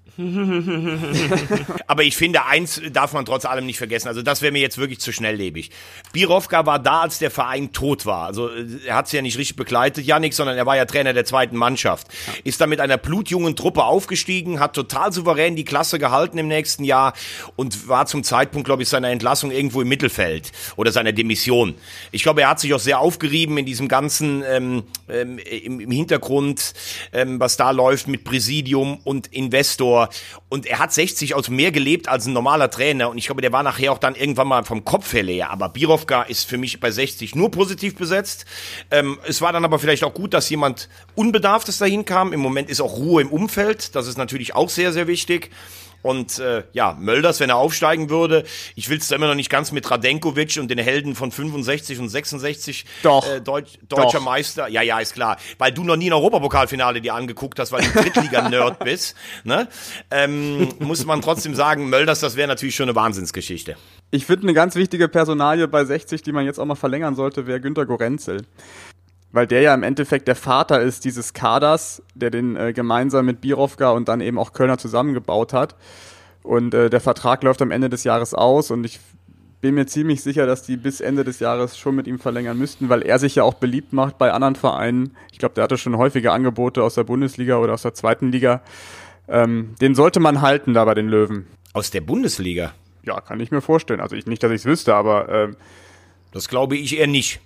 Aber ich finde, eins darf man trotz allem nicht vergessen. Also das wäre mir jetzt wirklich zu schnelllebig. Birovka war da, als der Verein tot war. Also er hat es ja nicht richtig begleitet, Yannick, sondern er war ja Trainer der zweiten Mannschaft. Ist dann mit einer blutjungen Truppe aufgestiegen, hat total souverän die Klasse gehalten im nächsten Jahr und war zum Zeitpunkt, glaube ich, seiner Entlassung irgendwo im Mittelfeld oder seiner Demission. Ich glaube, er hat sich auch sehr aufgerieben in diesem ganzen ähm, ähm, im, im Hintergrund, ähm, was da läuft mit Präsidium und Investor. Und er hat sechzig aus mehr gelebt als ein normaler Trainer. Und ich glaube, der war nachher auch dann irgendwann mal vom Kopf her leer. Aber Birovka ist für mich bei sechzig nur positiv besetzt. Ähm, es war dann aber vielleicht auch gut, dass jemand Unbedarftes dahin kam. Im Moment ist auch Ruhe im Umfeld. Das ist natürlich auch sehr, sehr wichtig. Und äh, ja, Mölders, wenn er aufsteigen würde, ich will es da immer noch nicht ganz mit Radenkovic und den Helden von fünfundsechzig und sechsundsechzig Doch. Äh, Deutsch, deutscher Doch. Meister. Ja, ja, ist klar. Weil du noch nie ein Europapokalfinale dir angeguckt hast, weil du Drittliga-Nerd bist. Ne? Ähm, muss man trotzdem sagen, Mölders, das wäre natürlich schon eine Wahnsinnsgeschichte. Ich finde, eine ganz wichtige Personalie bei sechzig, die man jetzt auch mal verlängern sollte, wäre Günter Gorenzel. Weil der ja im Endeffekt der Vater ist dieses Kaders, der den äh, gemeinsam mit Birovka und dann eben auch Kölner zusammengebaut hat. Und äh, der Vertrag läuft am Ende des Jahres aus und ich bin mir ziemlich sicher, dass die bis Ende des Jahres schon mit ihm verlängern müssten, weil er sich ja auch beliebt macht bei anderen Vereinen. Ich glaube, der hatte schon häufige Angebote aus der Bundesliga oder aus der zweiten Liga. Ähm, den sollte man halten da bei den Löwen. Aus der Bundesliga? Ja, kann ich mir vorstellen. Also ich, nicht, dass ich es wüsste, aber... Ähm, das glaube ich eher nicht.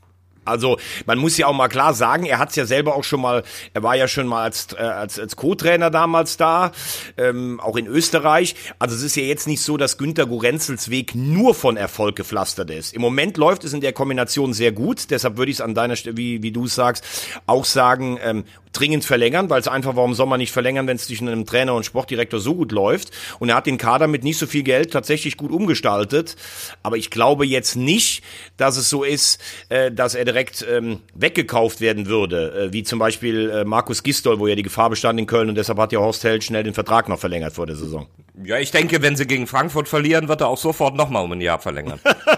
Also man muss ja auch mal klar sagen, er hat's ja selber auch schon mal, er war ja schon mal als äh, als, als Co-Trainer damals da, ähm, auch in Österreich. Also es ist ja jetzt nicht so, dass Günter Gorenzels Weg nur von Erfolg gepflastert ist. Im Moment läuft es in der Kombination sehr gut, deshalb würde ich es an deiner Stelle, wie, wie du es sagst, auch sagen, ähm, dringend verlängern, weil es einfach, warum soll man nicht verlängern, wenn es zwischen einem Trainer und Sportdirektor so gut läuft. Und er hat den Kader mit nicht so viel Geld tatsächlich gut umgestaltet. Aber ich glaube jetzt nicht, dass es so ist, äh, dass er direkt ähm, weggekauft werden würde, äh, wie zum Beispiel äh, Markus Gistol, wo ja die Gefahr bestand in Köln und deshalb hat ja Horst Held schnell den Vertrag noch verlängert vor der Saison. Ja, ich denke, wenn sie gegen Frankfurt verlieren, wird er auch sofort nochmal um ein Jahr verlängern.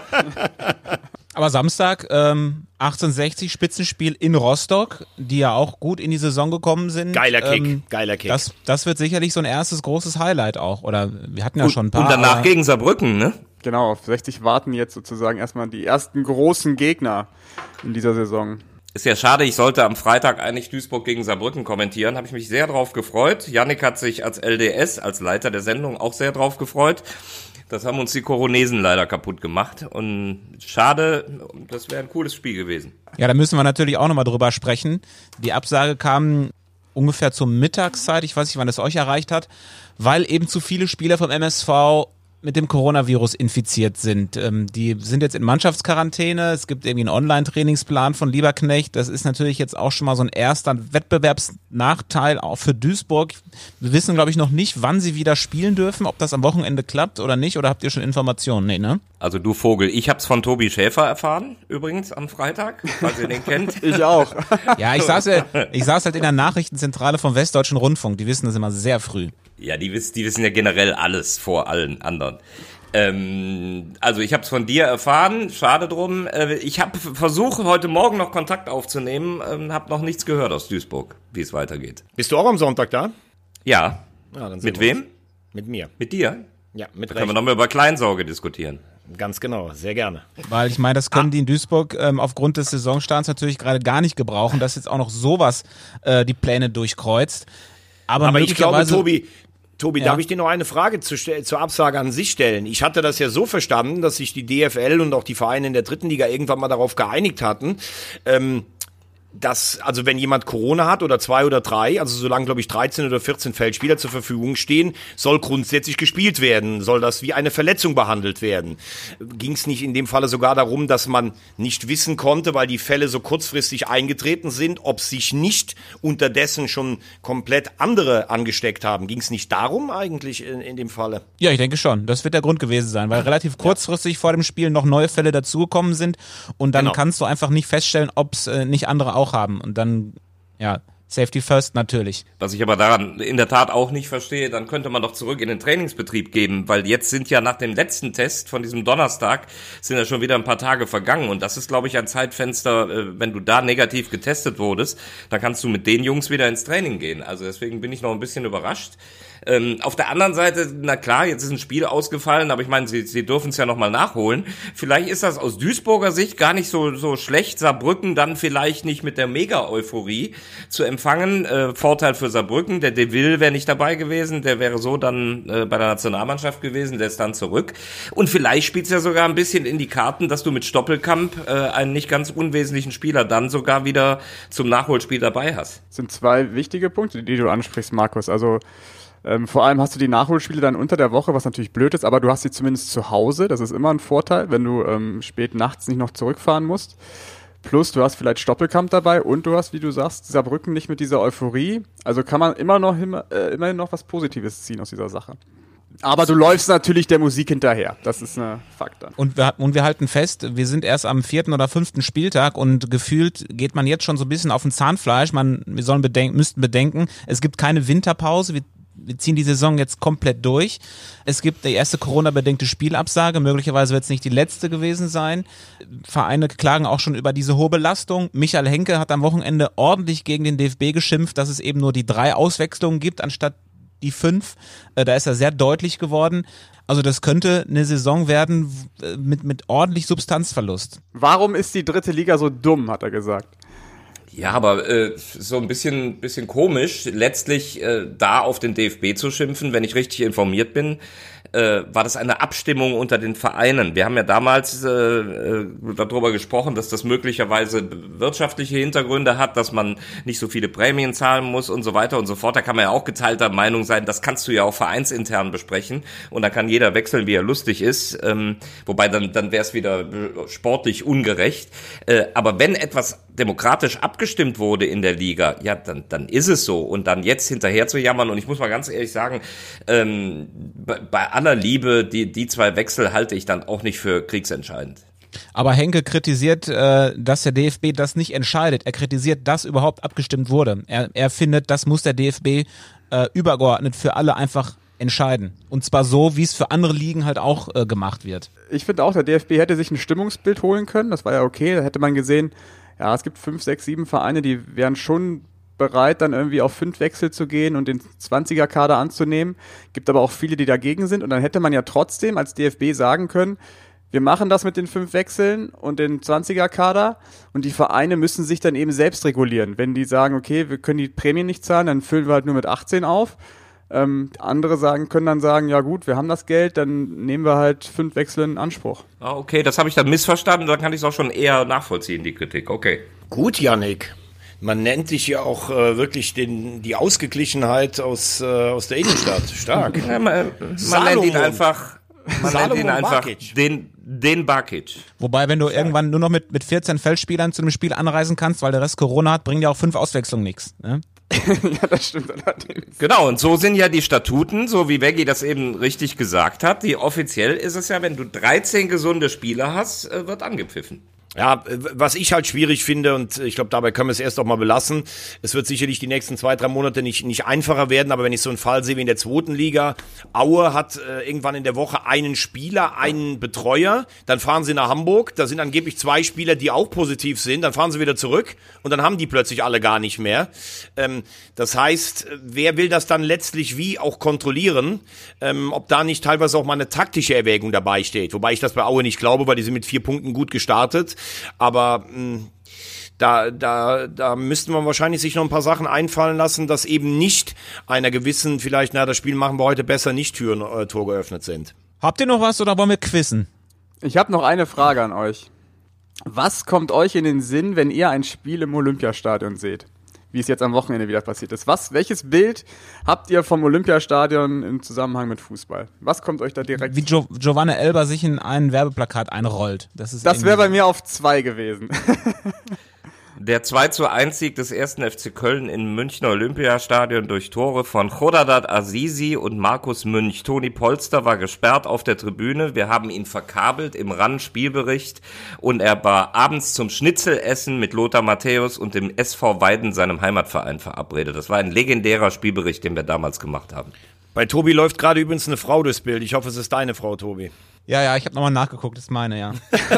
Aber Samstag, ähm, achtzehnhundertsechzig, Spitzenspiel in Rostock, die ja auch gut in die Saison gekommen sind. Geiler Kick, ähm, geiler Kick. Das, das wird sicherlich so ein erstes großes Highlight auch. Oder wir hatten ja und, schon ein paar. Und danach aber gegen Saarbrücken, ne? Genau, auf sechzig warten jetzt sozusagen erstmal die ersten großen Gegner in dieser Saison. Ist ja schade, ich sollte am Freitag eigentlich Duisburg gegen Saarbrücken kommentieren. Habe ich mich sehr drauf gefreut. Yannick hat sich als L D S, als Leiter der Sendung, auch sehr drauf gefreut. Das haben uns die Koronesen leider kaputt gemacht. Und schade, das wäre ein cooles Spiel gewesen. Ja, da müssen wir natürlich auch nochmal drüber sprechen. Die Absage kam ungefähr zur Mittagszeit. Ich weiß nicht, wann es euch erreicht hat, weil eben zu viele Spieler vom M S V mit dem Coronavirus infiziert sind. Ähm, die sind jetzt in Mannschaftsquarantäne. Es gibt irgendwie einen Online-Trainingsplan von Lieberknecht. Das ist natürlich jetzt auch schon mal so ein erster Wettbewerbsnachteil auch für Duisburg. Wir wissen, glaube ich, noch nicht, wann sie wieder spielen dürfen, ob das am Wochenende klappt oder nicht. Oder habt ihr schon Informationen? Nee, ne? Also du Vogel, ich hab's von Tobi Schäfer erfahren, übrigens am Freitag, falls ihr den kennt. Ich auch. Ja, ich saß, ja, ich saß halt in der Nachrichtenzentrale vom Westdeutschen Rundfunk. Die wissen das immer sehr früh. Ja, die wissen, die wissen ja generell alles vor allen anderen. Ähm, also ich habe es von dir erfahren, schade drum. Äh, ich habe versucht, heute Morgen noch Kontakt aufzunehmen, ähm, habe noch nichts gehört aus Duisburg, wie es weitergeht. Bist du auch am Sonntag da? Ja. Ja, dann sehen Mit wir wem? uns. Mit mir. Mit dir? Ja, mit Da können wir Recht. nochmal über Kleinsorge diskutieren. Ganz genau, sehr gerne. Weil ich meine, das können die in Duisburg ähm, aufgrund des Saisonstarts natürlich gerade gar nicht gebrauchen, dass jetzt auch noch sowas äh, die Pläne durchkreuzt. Aber, Aber ich glaube, Tobi, Tobi, Ja. darf ich dir noch eine Frage zu, zur Absage an sich stellen? Ich hatte das ja so verstanden, dass sich die D F L und auch die Vereine in der dritten Liga irgendwann mal darauf geeinigt hatten, ähm, dass, also wenn jemand Corona hat oder zwei oder drei, also solange, glaube ich, dreizehn oder vierzehn Feldspieler zur Verfügung stehen, soll grundsätzlich gespielt werden, soll das wie eine Verletzung behandelt werden. Ging es nicht in dem Falle sogar darum, dass man nicht wissen konnte, weil die Fälle so kurzfristig eingetreten sind, ob sich nicht unterdessen schon komplett andere angesteckt haben? Ging es nicht darum eigentlich in, in dem Falle? Ja, ich denke schon. Das wird der Grund gewesen sein, weil relativ kurzfristig vor dem Spiel noch neue Fälle dazugekommen sind und dann Genau. kannst du einfach nicht feststellen, ob es äh, nicht andere auch haben. Und dann, ja, Safety first natürlich. Was ich aber daran in der Tat auch nicht verstehe, dann könnte man doch zurück in den Trainingsbetrieb geben, weil jetzt sind ja nach dem letzten Test von diesem Donnerstag sind ja schon wieder ein paar Tage vergangen und das ist, glaube ich, ein Zeitfenster, wenn du da negativ getestet wurdest, dann kannst du mit den Jungs wieder ins Training gehen. Also deswegen bin ich noch ein bisschen überrascht. Ähm, auf der anderen Seite, na klar, jetzt ist ein Spiel ausgefallen, aber ich meine, sie, sie dürfen es ja nochmal nachholen. Vielleicht ist das aus Duisburger Sicht gar nicht so, so schlecht, Saarbrücken dann vielleicht nicht mit der Mega-Euphorie zu empfangen. Äh, Vorteil für Saarbrücken, der De Will wäre nicht dabei gewesen, der wäre so dann äh, bei der Nationalmannschaft gewesen, der ist dann zurück. Und vielleicht spielt es ja sogar ein bisschen in die Karten, dass du mit Stoppelkamp äh, einen nicht ganz unwesentlichen Spieler dann sogar wieder zum Nachholspiel dabei hast. Das sind zwei wichtige Punkte, die du ansprichst, Markus. Also Ähm, vor allem hast du die Nachholspiele dann unter der Woche, was natürlich blöd ist, aber du hast sie zumindest zu Hause. Das ist immer ein Vorteil, wenn du ähm, spät nachts nicht noch zurückfahren musst. Plus, du hast vielleicht Stoppelkamp dabei und du hast, wie du sagst, Saarbrücken nicht mit dieser Euphorie. Also kann man immer noch immer, äh, immerhin noch was Positives ziehen aus dieser Sache. Aber du läufst natürlich der Musik hinterher. Das ist ein Fakt dann. Und wir, und wir halten fest, wir sind erst am vierten oder fünften Spieltag und gefühlt geht man jetzt schon so ein bisschen auf den Zahnfleisch. Man, wir sollen bedenken, müssten bedenken, es gibt keine Winterpause. Wir Wir ziehen die Saison jetzt komplett durch. Es gibt die erste Corona-bedingte Spielabsage. Möglicherweise wird es nicht die letzte gewesen sein. Vereine klagen auch schon über diese hohe Belastung. Michael Henke hat am Wochenende ordentlich gegen den D F B geschimpft, dass es eben nur die drei Auswechslungen gibt, anstatt die fünf. Da ist er sehr deutlich geworden. Also das könnte eine Saison werden mit, mit ordentlich Substanzverlust. Warum ist die dritte Liga so dumm, hat er gesagt. Ja, aber äh, so ein bisschen bisschen komisch, letztlich äh, da auf den D F B zu schimpfen, wenn ich richtig informiert bin, äh, war das eine Abstimmung unter den Vereinen. Wir haben ja damals äh, äh, darüber gesprochen, dass das möglicherweise wirtschaftliche Hintergründe hat, dass man nicht so viele Prämien zahlen muss und so weiter und so fort. Da kann man ja auch geteilter Meinung sein, das kannst du ja auch vereinsintern besprechen und da kann jeder wechseln, wie er lustig ist, ähm, wobei dann dann wäre es wieder sportlich ungerecht. Äh, aber wenn etwas demokratisch abgestimmt wurde in der Liga, ja, dann, dann ist es so. Und dann jetzt hinterher zu jammern, und ich muss mal ganz ehrlich sagen, ähm, bei, bei aller Liebe, die, die zwei Wechsel halte ich dann auch nicht für kriegsentscheidend. Aber Henke kritisiert, äh, dass der D F B das nicht entscheidet. Er kritisiert, dass überhaupt abgestimmt wurde. Er, er findet, das muss der D F B äh, übergeordnet für alle einfach entscheiden. Und zwar so, wie es für andere Ligen halt auch äh, gemacht wird. Ich finde auch, der D F B hätte sich ein Stimmungsbild holen können. Das war ja okay. Da hätte man gesehen, ja, es gibt fünf, sechs, sieben Vereine, die wären schon bereit, dann irgendwie auf fünf Wechsel zu gehen und den zwanziger-Kader anzunehmen. Gibt aber auch viele, die dagegen sind. Und dann hätte man ja trotzdem als D F B sagen können, wir machen das mit den fünf Wechseln und den zwanziger-Kader und die Vereine müssen sich dann eben selbst regulieren. Wenn die sagen, okay, wir können die Prämien nicht zahlen, dann füllen wir halt nur mit achtzehn auf. Ähm, andere sagen, können dann sagen, ja gut, wir haben das Geld, dann nehmen wir halt fünf Wechsel in Anspruch. Ah, okay, das habe ich dann missverstanden, dann kann ich es auch schon eher nachvollziehen, die Kritik, okay. Gut, Yannick. Man nennt dich ja auch äh, wirklich den, die Ausgeglichenheit aus, äh, aus der Innenstadt. Stark. Ja, man man nennt ihn einfach, man nennt ihn einfach den, den Bakic. Wobei, wenn du irgendwann nur noch mit, mit vierzehn Feldspielern zu einem Spiel anreisen kannst, weil der Rest Corona hat, bringen ja auch fünf Auswechslungen nichts. Ne? Ja, das stimmt allerdings. Genau, und so sind ja die Statuten, so wie Veggie das eben richtig gesagt hat. Die offiziell ist es ja, wenn du dreizehn gesunde Spieler hast, wird angepfiffen. Ja, was ich halt schwierig finde, und ich glaube, dabei können wir es erst auch mal belassen, es wird sicherlich die nächsten zwei, drei Monate nicht nicht einfacher werden, aber wenn ich so einen Fall sehe wie in der zweiten Liga, Aue hat äh, irgendwann in der Woche einen Spieler, einen Betreuer, dann fahren sie nach Hamburg, da sind angeblich zwei Spieler, die auch positiv sind, dann fahren sie wieder zurück und dann haben die plötzlich alle gar nicht mehr. Ähm, das heißt, wer will das dann letztlich wie auch kontrollieren, ähm, ob da nicht teilweise auch mal eine taktische Erwägung dabei steht, wobei ich das bei Aue nicht glaube, weil die sind mit vier Punkten gut gestartet. Aber mh, da, da, da müsste man wahrscheinlich sich noch ein paar Sachen einfallen lassen, dass eben nicht einer gewissen, vielleicht, na, das Spiel machen wir heute besser, nicht Türen, äh, Tor geöffnet sind. Habt ihr noch was oder wollen wir quizzen? Ich habe noch eine Frage an euch. Was kommt euch in den Sinn, wenn ihr ein Spiel im Olympiastadion seht? Wie es jetzt am Wochenende wieder passiert ist. Was, welches Bild habt ihr vom Olympiastadion im Zusammenhang mit Fußball? Was kommt euch da direkt? Wie Gio- Giovanna Elber sich in ein Werbeplakat einrollt. Das ist Das wäre bei mir auf zwei gewesen. Der zwei zu eins Sieg des ersten F C Köln im Münchner Olympiastadion durch Tore von Khodadat Azizi und Markus Münch. Toni Polster war gesperrt auf der Tribüne. Wir haben ihn verkabelt im R A N-Spielbericht und er war abends zum Schnitzelessen mit Lothar Matthäus und dem S V Weiden, seinem Heimatverein, verabredet. Das war ein legendärer Spielbericht, den wir damals gemacht haben. Bei Tobi läuft gerade übrigens eine Frau durchs Bild. Ich hoffe, es ist deine Frau, Tobi. Ja, ja, ich habe nochmal nachgeguckt, das ist meine, ja.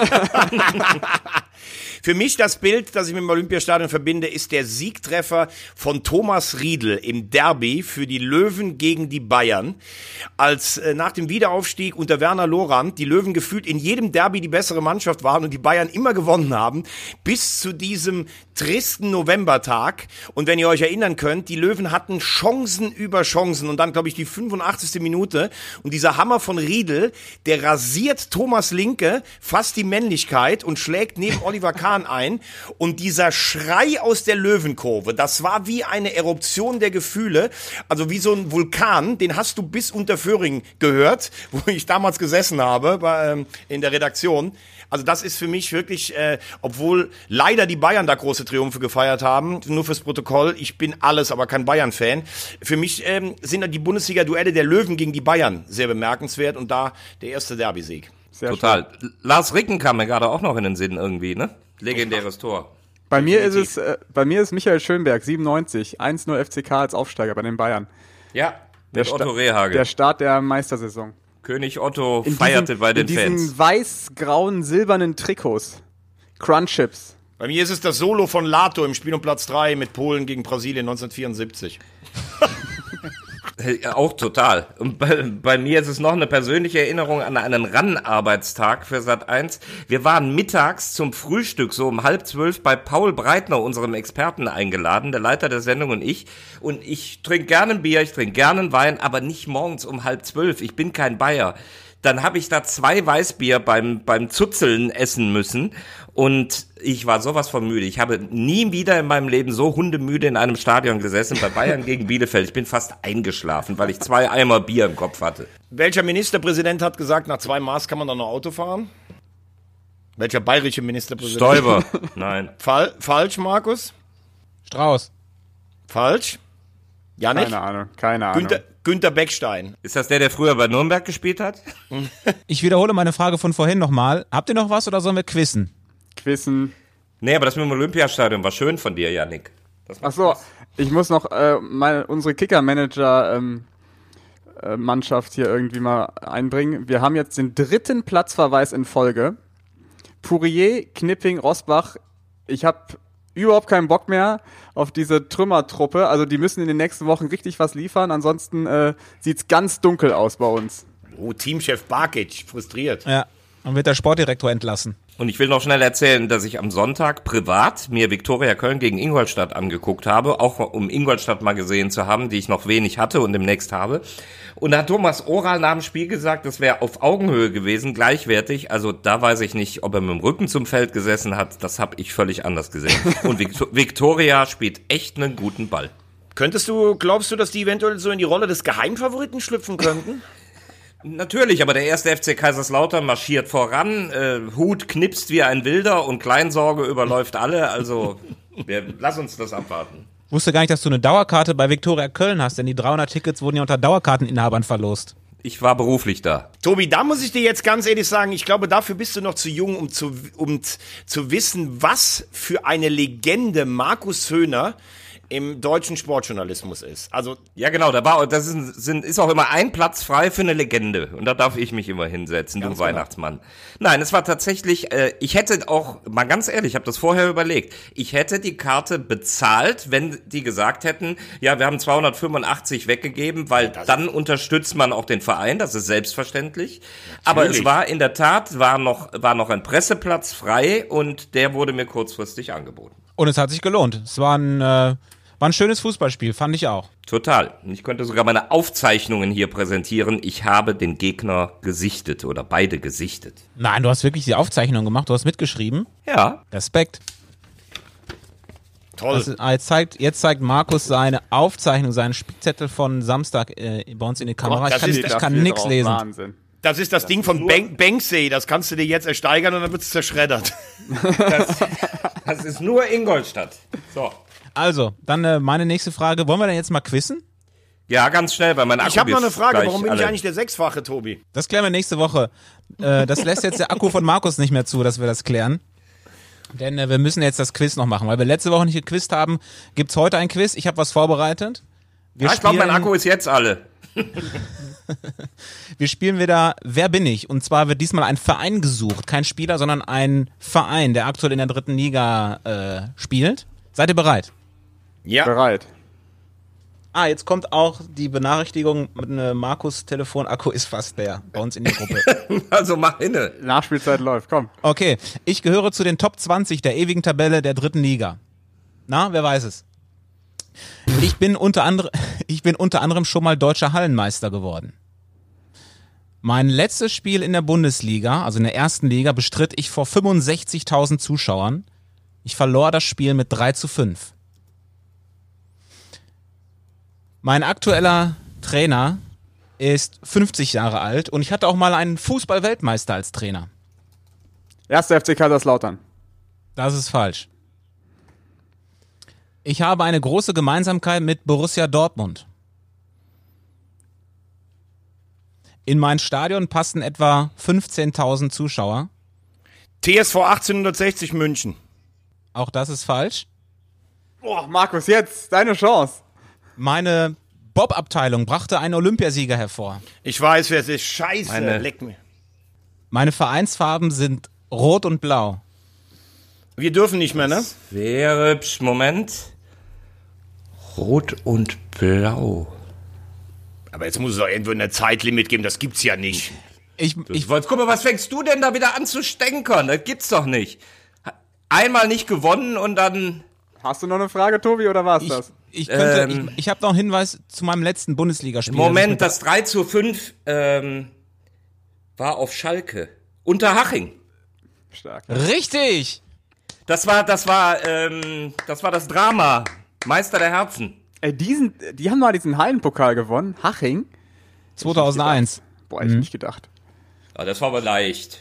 Für mich das Bild, das ich mit dem Olympiastadion verbinde, ist der Siegtreffer von Thomas Riedl im Derby für die Löwen gegen die Bayern. Als äh, nach dem Wiederaufstieg unter Werner Lorand die Löwen gefühlt in jedem Derby die bessere Mannschaft waren und die Bayern immer gewonnen haben, bis zu diesem tristen Novembertag. Und wenn ihr euch erinnern könnt, die Löwen hatten Chancen über Chancen und dann, glaube ich, die fünfundachtzigste Minute und dieser Hammer von Riedl, der rasiert Thomas Linke fast die Männlichkeit und schlägt neben Oliver Kahn ein und dieser Schrei aus der Löwenkurve, das war wie eine Eruption der Gefühle, also wie so ein Vulkan, den hast du bis Unterföhring gehört, wo ich damals gesessen habe bei, ähm, in der Redaktion. Also das ist für mich wirklich, äh, obwohl leider die Bayern da große Triumphe gefeiert haben, nur fürs Protokoll, ich bin alles, aber kein Bayern-Fan. Für mich ähm, sind da die Bundesliga-Duelle der Löwen gegen die Bayern sehr bemerkenswert und da der erste Derby-Sieg. Sehr Total. Schön. Lars Ricken kam mir gerade auch noch in den Sinn irgendwie, ne? Legendäres Tor. Bei mir ist es, äh, bei mir ist Michael Schönberg, siebenundneunzig, eins null F C K als Aufsteiger bei den Bayern. Ja, mit der Otto Sta- Rehhagel. Der Start der Meistersaison. König Otto In feierte diesen, bei den in Fans. diesen weiß-grauen, silbernen Trikots. Crunchips. Bei mir ist es das Solo von Lato im Spiel um Platz drei mit Polen gegen Brasilien neunzehnhundertvierundsiebzig. Auch total. Und bei, bei mir ist es noch eine persönliche Erinnerung an einen R A N-Arbeitstag für Sat eins. Wir waren mittags zum Frühstück so um halb zwölf bei Paul Breitner, unserem Experten, eingeladen, der Leiter der Sendung und ich. Und ich trinke gerne ein Bier, ich trinke gerne einen Wein, aber nicht morgens um halb zwölf. Ich bin kein Bayer. Dann habe ich da zwei Weißbier beim beim Zuzeln essen müssen und ich war sowas von müde. Ich habe nie wieder in meinem Leben so hundemüde in einem Stadion gesessen, bei Bayern gegen Bielefeld. Ich bin fast eingeschlafen, weil ich zwei Eimer Bier im Kopf hatte. Welcher Ministerpräsident hat gesagt, nach zwei Maß kann man dann noch Auto fahren? Welcher bayerische Ministerpräsident? Stoiber. Nein. Fal- falsch, Markus? Strauß. Falsch? Janik? Keine Ahnung, keine Ahnung. Günther, Günther Beckstein. Ist das der, der früher bei Nürnberg gespielt hat? Ich wiederhole meine Frage von vorhin nochmal. Habt ihr noch was oder sollen wir quizzen? Quizzen. Nee, aber das mit dem Olympiastadion war schön von dir, Janik. Das war Ach so, ich muss noch äh, meine, unsere Kicker-Manager ähm, äh, Mannschaft hier irgendwie mal einbringen. Wir haben jetzt den dritten Platzverweis in Folge. Pourier, Knipping, Rosbach. Ich habe überhaupt keinen Bock mehr auf diese Trümmertruppe. Also die müssen in den nächsten Wochen richtig was liefern. Ansonsten äh, sieht's ganz dunkel aus bei uns. Oh, Teamchef Barkic, frustriert. Ja. Und wird der Sportdirektor entlassen. Und ich will noch schnell erzählen, dass ich am Sonntag privat mir Viktoria Köln gegen Ingolstadt angeguckt habe, auch um Ingolstadt mal gesehen zu haben, die ich noch wenig hatte und demnächst habe. Und da hat Thomas Oral nach dem Spiel gesagt, das wäre auf Augenhöhe gewesen, gleichwertig. Also da weiß ich nicht, ob er mit dem Rücken zum Feld gesessen hat. Das habe ich völlig anders gesehen. Und Victor- Viktoria spielt echt einen guten Ball. Könntest du, glaubst du, dass die eventuell so in die Rolle des Geheimfavoriten schlüpfen könnten? Natürlich, aber der erste F C Kaiserslautern marschiert voran, äh, Hut knipst wie ein Wilder und Kleinsorge überläuft alle, also wir, lass uns das abwarten. Wusste gar nicht, dass du eine Dauerkarte bei Viktoria Köln hast, denn die dreihundert Tickets wurden ja unter Dauerkarteninhabern verlost. Ich war beruflich da. Tobi, da muss ich dir jetzt ganz ehrlich sagen, ich glaube, dafür bist du noch zu jung, um zu, um zu wissen, was für eine Legende Markus Höhner im deutschen Sportjournalismus ist. Also Ja, genau, da war, das ist, sind, ist auch immer ein Platz frei für eine Legende. Und da darf ich mich immer hinsetzen, du Weihnachtsmann. Nein, es war tatsächlich, äh, ich hätte auch, mal ganz ehrlich, ich habe das vorher überlegt, ich hätte die Karte bezahlt, wenn die gesagt hätten, ja, wir haben zweihundertfünfundachtzig weggegeben, weil dann unterstützt man auch den Verein, das ist selbstverständlich. Natürlich. Aber es war in der Tat, war noch, war noch ein Presseplatz frei und der wurde mir kurzfristig angeboten. Und es hat sich gelohnt. Es war ein, äh, war ein schönes Fußballspiel, fand ich auch. Total. Ich könnte sogar meine Aufzeichnungen hier präsentieren. Ich habe den Gegner gesichtet oder beide gesichtet. Nein, du hast wirklich die Aufzeichnung gemacht, du hast mitgeschrieben. Ja. Respekt. toll. Das, ah, jetzt, zeigt, jetzt zeigt Markus seine Aufzeichnung, seinen Spickzettel von Samstag äh, bei uns in die Kamera. Gott, das ich kann, ist ich da kann viel nix drauf. lesen. Wahnsinn. Das ist das, das Ding von Bank Banksy, das kannst du dir jetzt ersteigern und dann wird es zerschreddert. Das, das ist nur Ingolstadt. So. Also, dann äh, meine nächste Frage. Wollen wir denn jetzt mal quizzen? Ja, ganz schnell, weil mein Akku Ich habe noch eine ist Frage, gleich warum bin alle. ich eigentlich der Sechsfache, Tobi? Das klären wir nächste Woche. Äh, das lässt jetzt der Akku von Markus nicht mehr zu, dass wir das klären. Denn äh, wir müssen jetzt das Quiz noch machen. Weil wir letzte Woche nicht gequizt haben, gibt's heute ein Quiz. Ich habe was vorbereitet. Wir Ja, ich glaube, mein spielen- Akku ist jetzt alle. Wir spielen wieder Wer bin ich? Und zwar wird diesmal ein Verein gesucht. Kein Spieler, sondern ein Verein, der aktuell in der dritten Liga äh, spielt. Seid ihr bereit? Ja. Bereit. Ah, jetzt kommt auch die Benachrichtigung mit einem Markus Telefonakku ist fast leer bei uns in der Gruppe. Also mach inne. Nachspielzeit läuft, komm. Okay, ich gehöre zu den Top zwanzig der ewigen Tabelle der dritten Liga. Na, wer weiß es? Ich bin unter anderem, ich bin unter anderem schon mal deutscher Hallenmeister geworden. Mein letztes Spiel in der Bundesliga, also in der ersten Liga, bestritt ich vor fünfundsechzigtausend Zuschauern. Ich verlor das Spiel mit drei zu fünf. Mein aktueller Trainer ist fünfzig Jahre alt und ich hatte auch mal einen Fußball-Weltmeister als Trainer. Erster F C Kaiserslautern. Das ist falsch. Ich habe eine große Gemeinsamkeit mit Borussia Dortmund. In mein Stadion passten etwa fünfzehntausend Zuschauer. T S V achtzehnhundertsechzig München. Auch das ist falsch. Boah, Markus, jetzt, deine Chance. Meine Bob-Abteilung brachte einen Olympiasieger hervor. Ich weiß, wer es ist. Scheiße, Meine- leck mir. Meine Vereinsfarben sind rot und blau. Wir dürfen nicht mehr, ne? Wäre, psch, Moment. Rot und Blau. Aber jetzt muss es doch irgendwo ein Zeitlimit geben, das gibt's ja nicht. Ich, ich, Ich wollte, guck mal, was fängst du denn da wieder an zu stänkern? Das gibt's doch nicht. Einmal nicht gewonnen und dann... Hast du noch eine Frage, Tobi, oder war's ich, das? ich, könnte, Ähm. ich, ich habe noch einen Hinweis zu meinem letzten Bundesligaspiel. Moment, das drei zu fünf ähm, war auf Schalke. Unterhaching. Stark. Richtig! Das war, das war, ähm, das war das Drama. Meister der Herzen. Ey, diesen, die haben mal diesen Hallenpokal gewonnen. Haching. zweitausendeins. Boah, hätte ich nicht gedacht. Ja, das war aber leicht.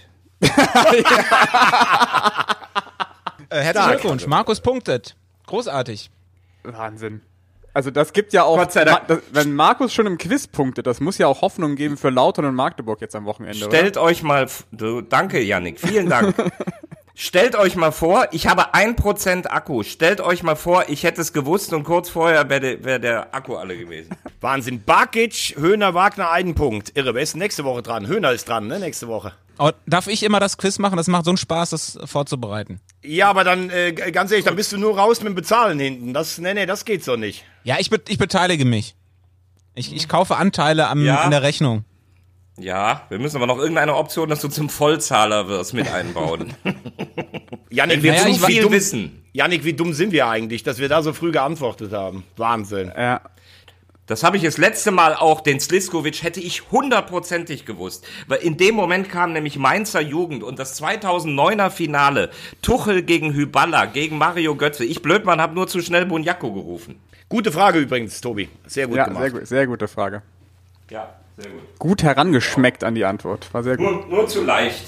Äh, herzlichen Glückwunsch. Markus punktet. Großartig. Wahnsinn. Also das gibt ja auch, Gott sei Dank. Ma- das, wenn Markus schon im Quiz punktet, das muss ja auch Hoffnung geben für Lautern und Magdeburg jetzt am Wochenende, Stellt euch mal, f- du, danke Yannick, vielen Dank. Stellt euch mal vor, ich habe ein Prozent Akku. Stellt euch mal vor, ich hätte es gewusst und kurz vorher wäre der, wär der Akku alle gewesen. Wahnsinn. Barkic, Höhner, Wagner, einen Punkt. Irre, wer ist nächste Woche dran? Höhner ist dran, ne? Nächste Woche. Oh, darf ich immer das Quiz machen? Das macht so einen Spaß, das vorzubereiten. Ja, aber dann, äh, g- ganz ehrlich, dann bist du nur raus mit dem Bezahlen hinten. Das, nee, nee, das geht so nicht. Ja, ich, be ich beteilige mich. Ich, ich kaufe Anteile am, Ja. an der Rechnung. Ja, wir müssen aber noch irgendeine Option, dass du zum Vollzahler wirst, mit einbauen. Janik, Wir wir Naja, zu ich zu war- viel dumm, wissen. Janik, wie dumm sind wir eigentlich, dass wir da so früh geantwortet haben? Wahnsinn. oder? Ja. Das habe ich das letzte Mal auch, den Sliskovic hätte ich hundertprozentig gewusst. Weil in dem Moment kam nämlich Mainzer Jugend und das zweitausenddeuner Finale. Tuchel gegen Hyballa, gegen Mario Götze. Ich Blödmann habe nur zu schnell Bunjako gerufen. Gute Frage übrigens, Tobi. Sehr gut Ja, gemacht. sehr, gut, sehr gute Frage. Ja, sehr gut. Gut herangeschmeckt an die Antwort. War sehr gut. Nur, nur zu leicht.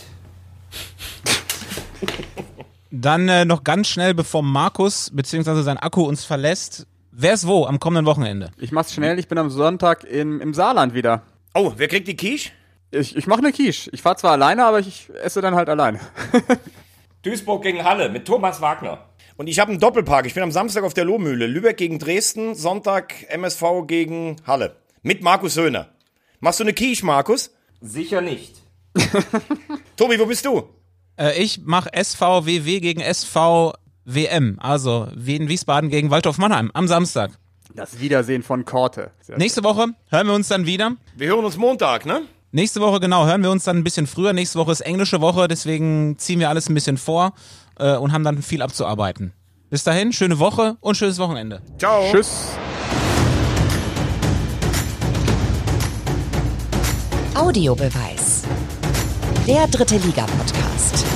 Dann äh, noch ganz schnell, bevor Markus bzw. sein Akku uns verlässt. Wer ist wo am kommenden Wochenende? Ich mach's schnell, ich bin am Sonntag im, im Saarland wieder. Oh, wer kriegt die Quiche? Ich, ich mache eine Quiche. Ich fahre zwar alleine, aber ich esse dann halt alleine. Duisburg gegen Halle mit Thomas Wagner. Und ich habe einen Doppelpark. Ich bin am Samstag auf der Lohmühle. Lübeck gegen Dresden, Sonntag M S V gegen Halle. Mit Markus Höhner. Machst du eine Quiche, Markus? Sicher nicht. Tobi, wo bist du? Äh, ich mache S V W W gegen S V W M, also Wien Wiesbaden gegen Waldhof Mannheim am Samstag. Das Wiedersehen von Korte. Sehr Nächste Woche hören wir uns dann wieder. Wir hören uns Montag, ne? Nächste Woche, genau, hören wir uns dann ein bisschen früher. Nächste Woche ist englische Woche, deswegen ziehen wir alles ein bisschen vor äh, und haben dann viel abzuarbeiten. Bis dahin, schöne Woche und schönes Wochenende. Ciao. Tschüss. Audiobeweis. Der dritte Liga-Podcast.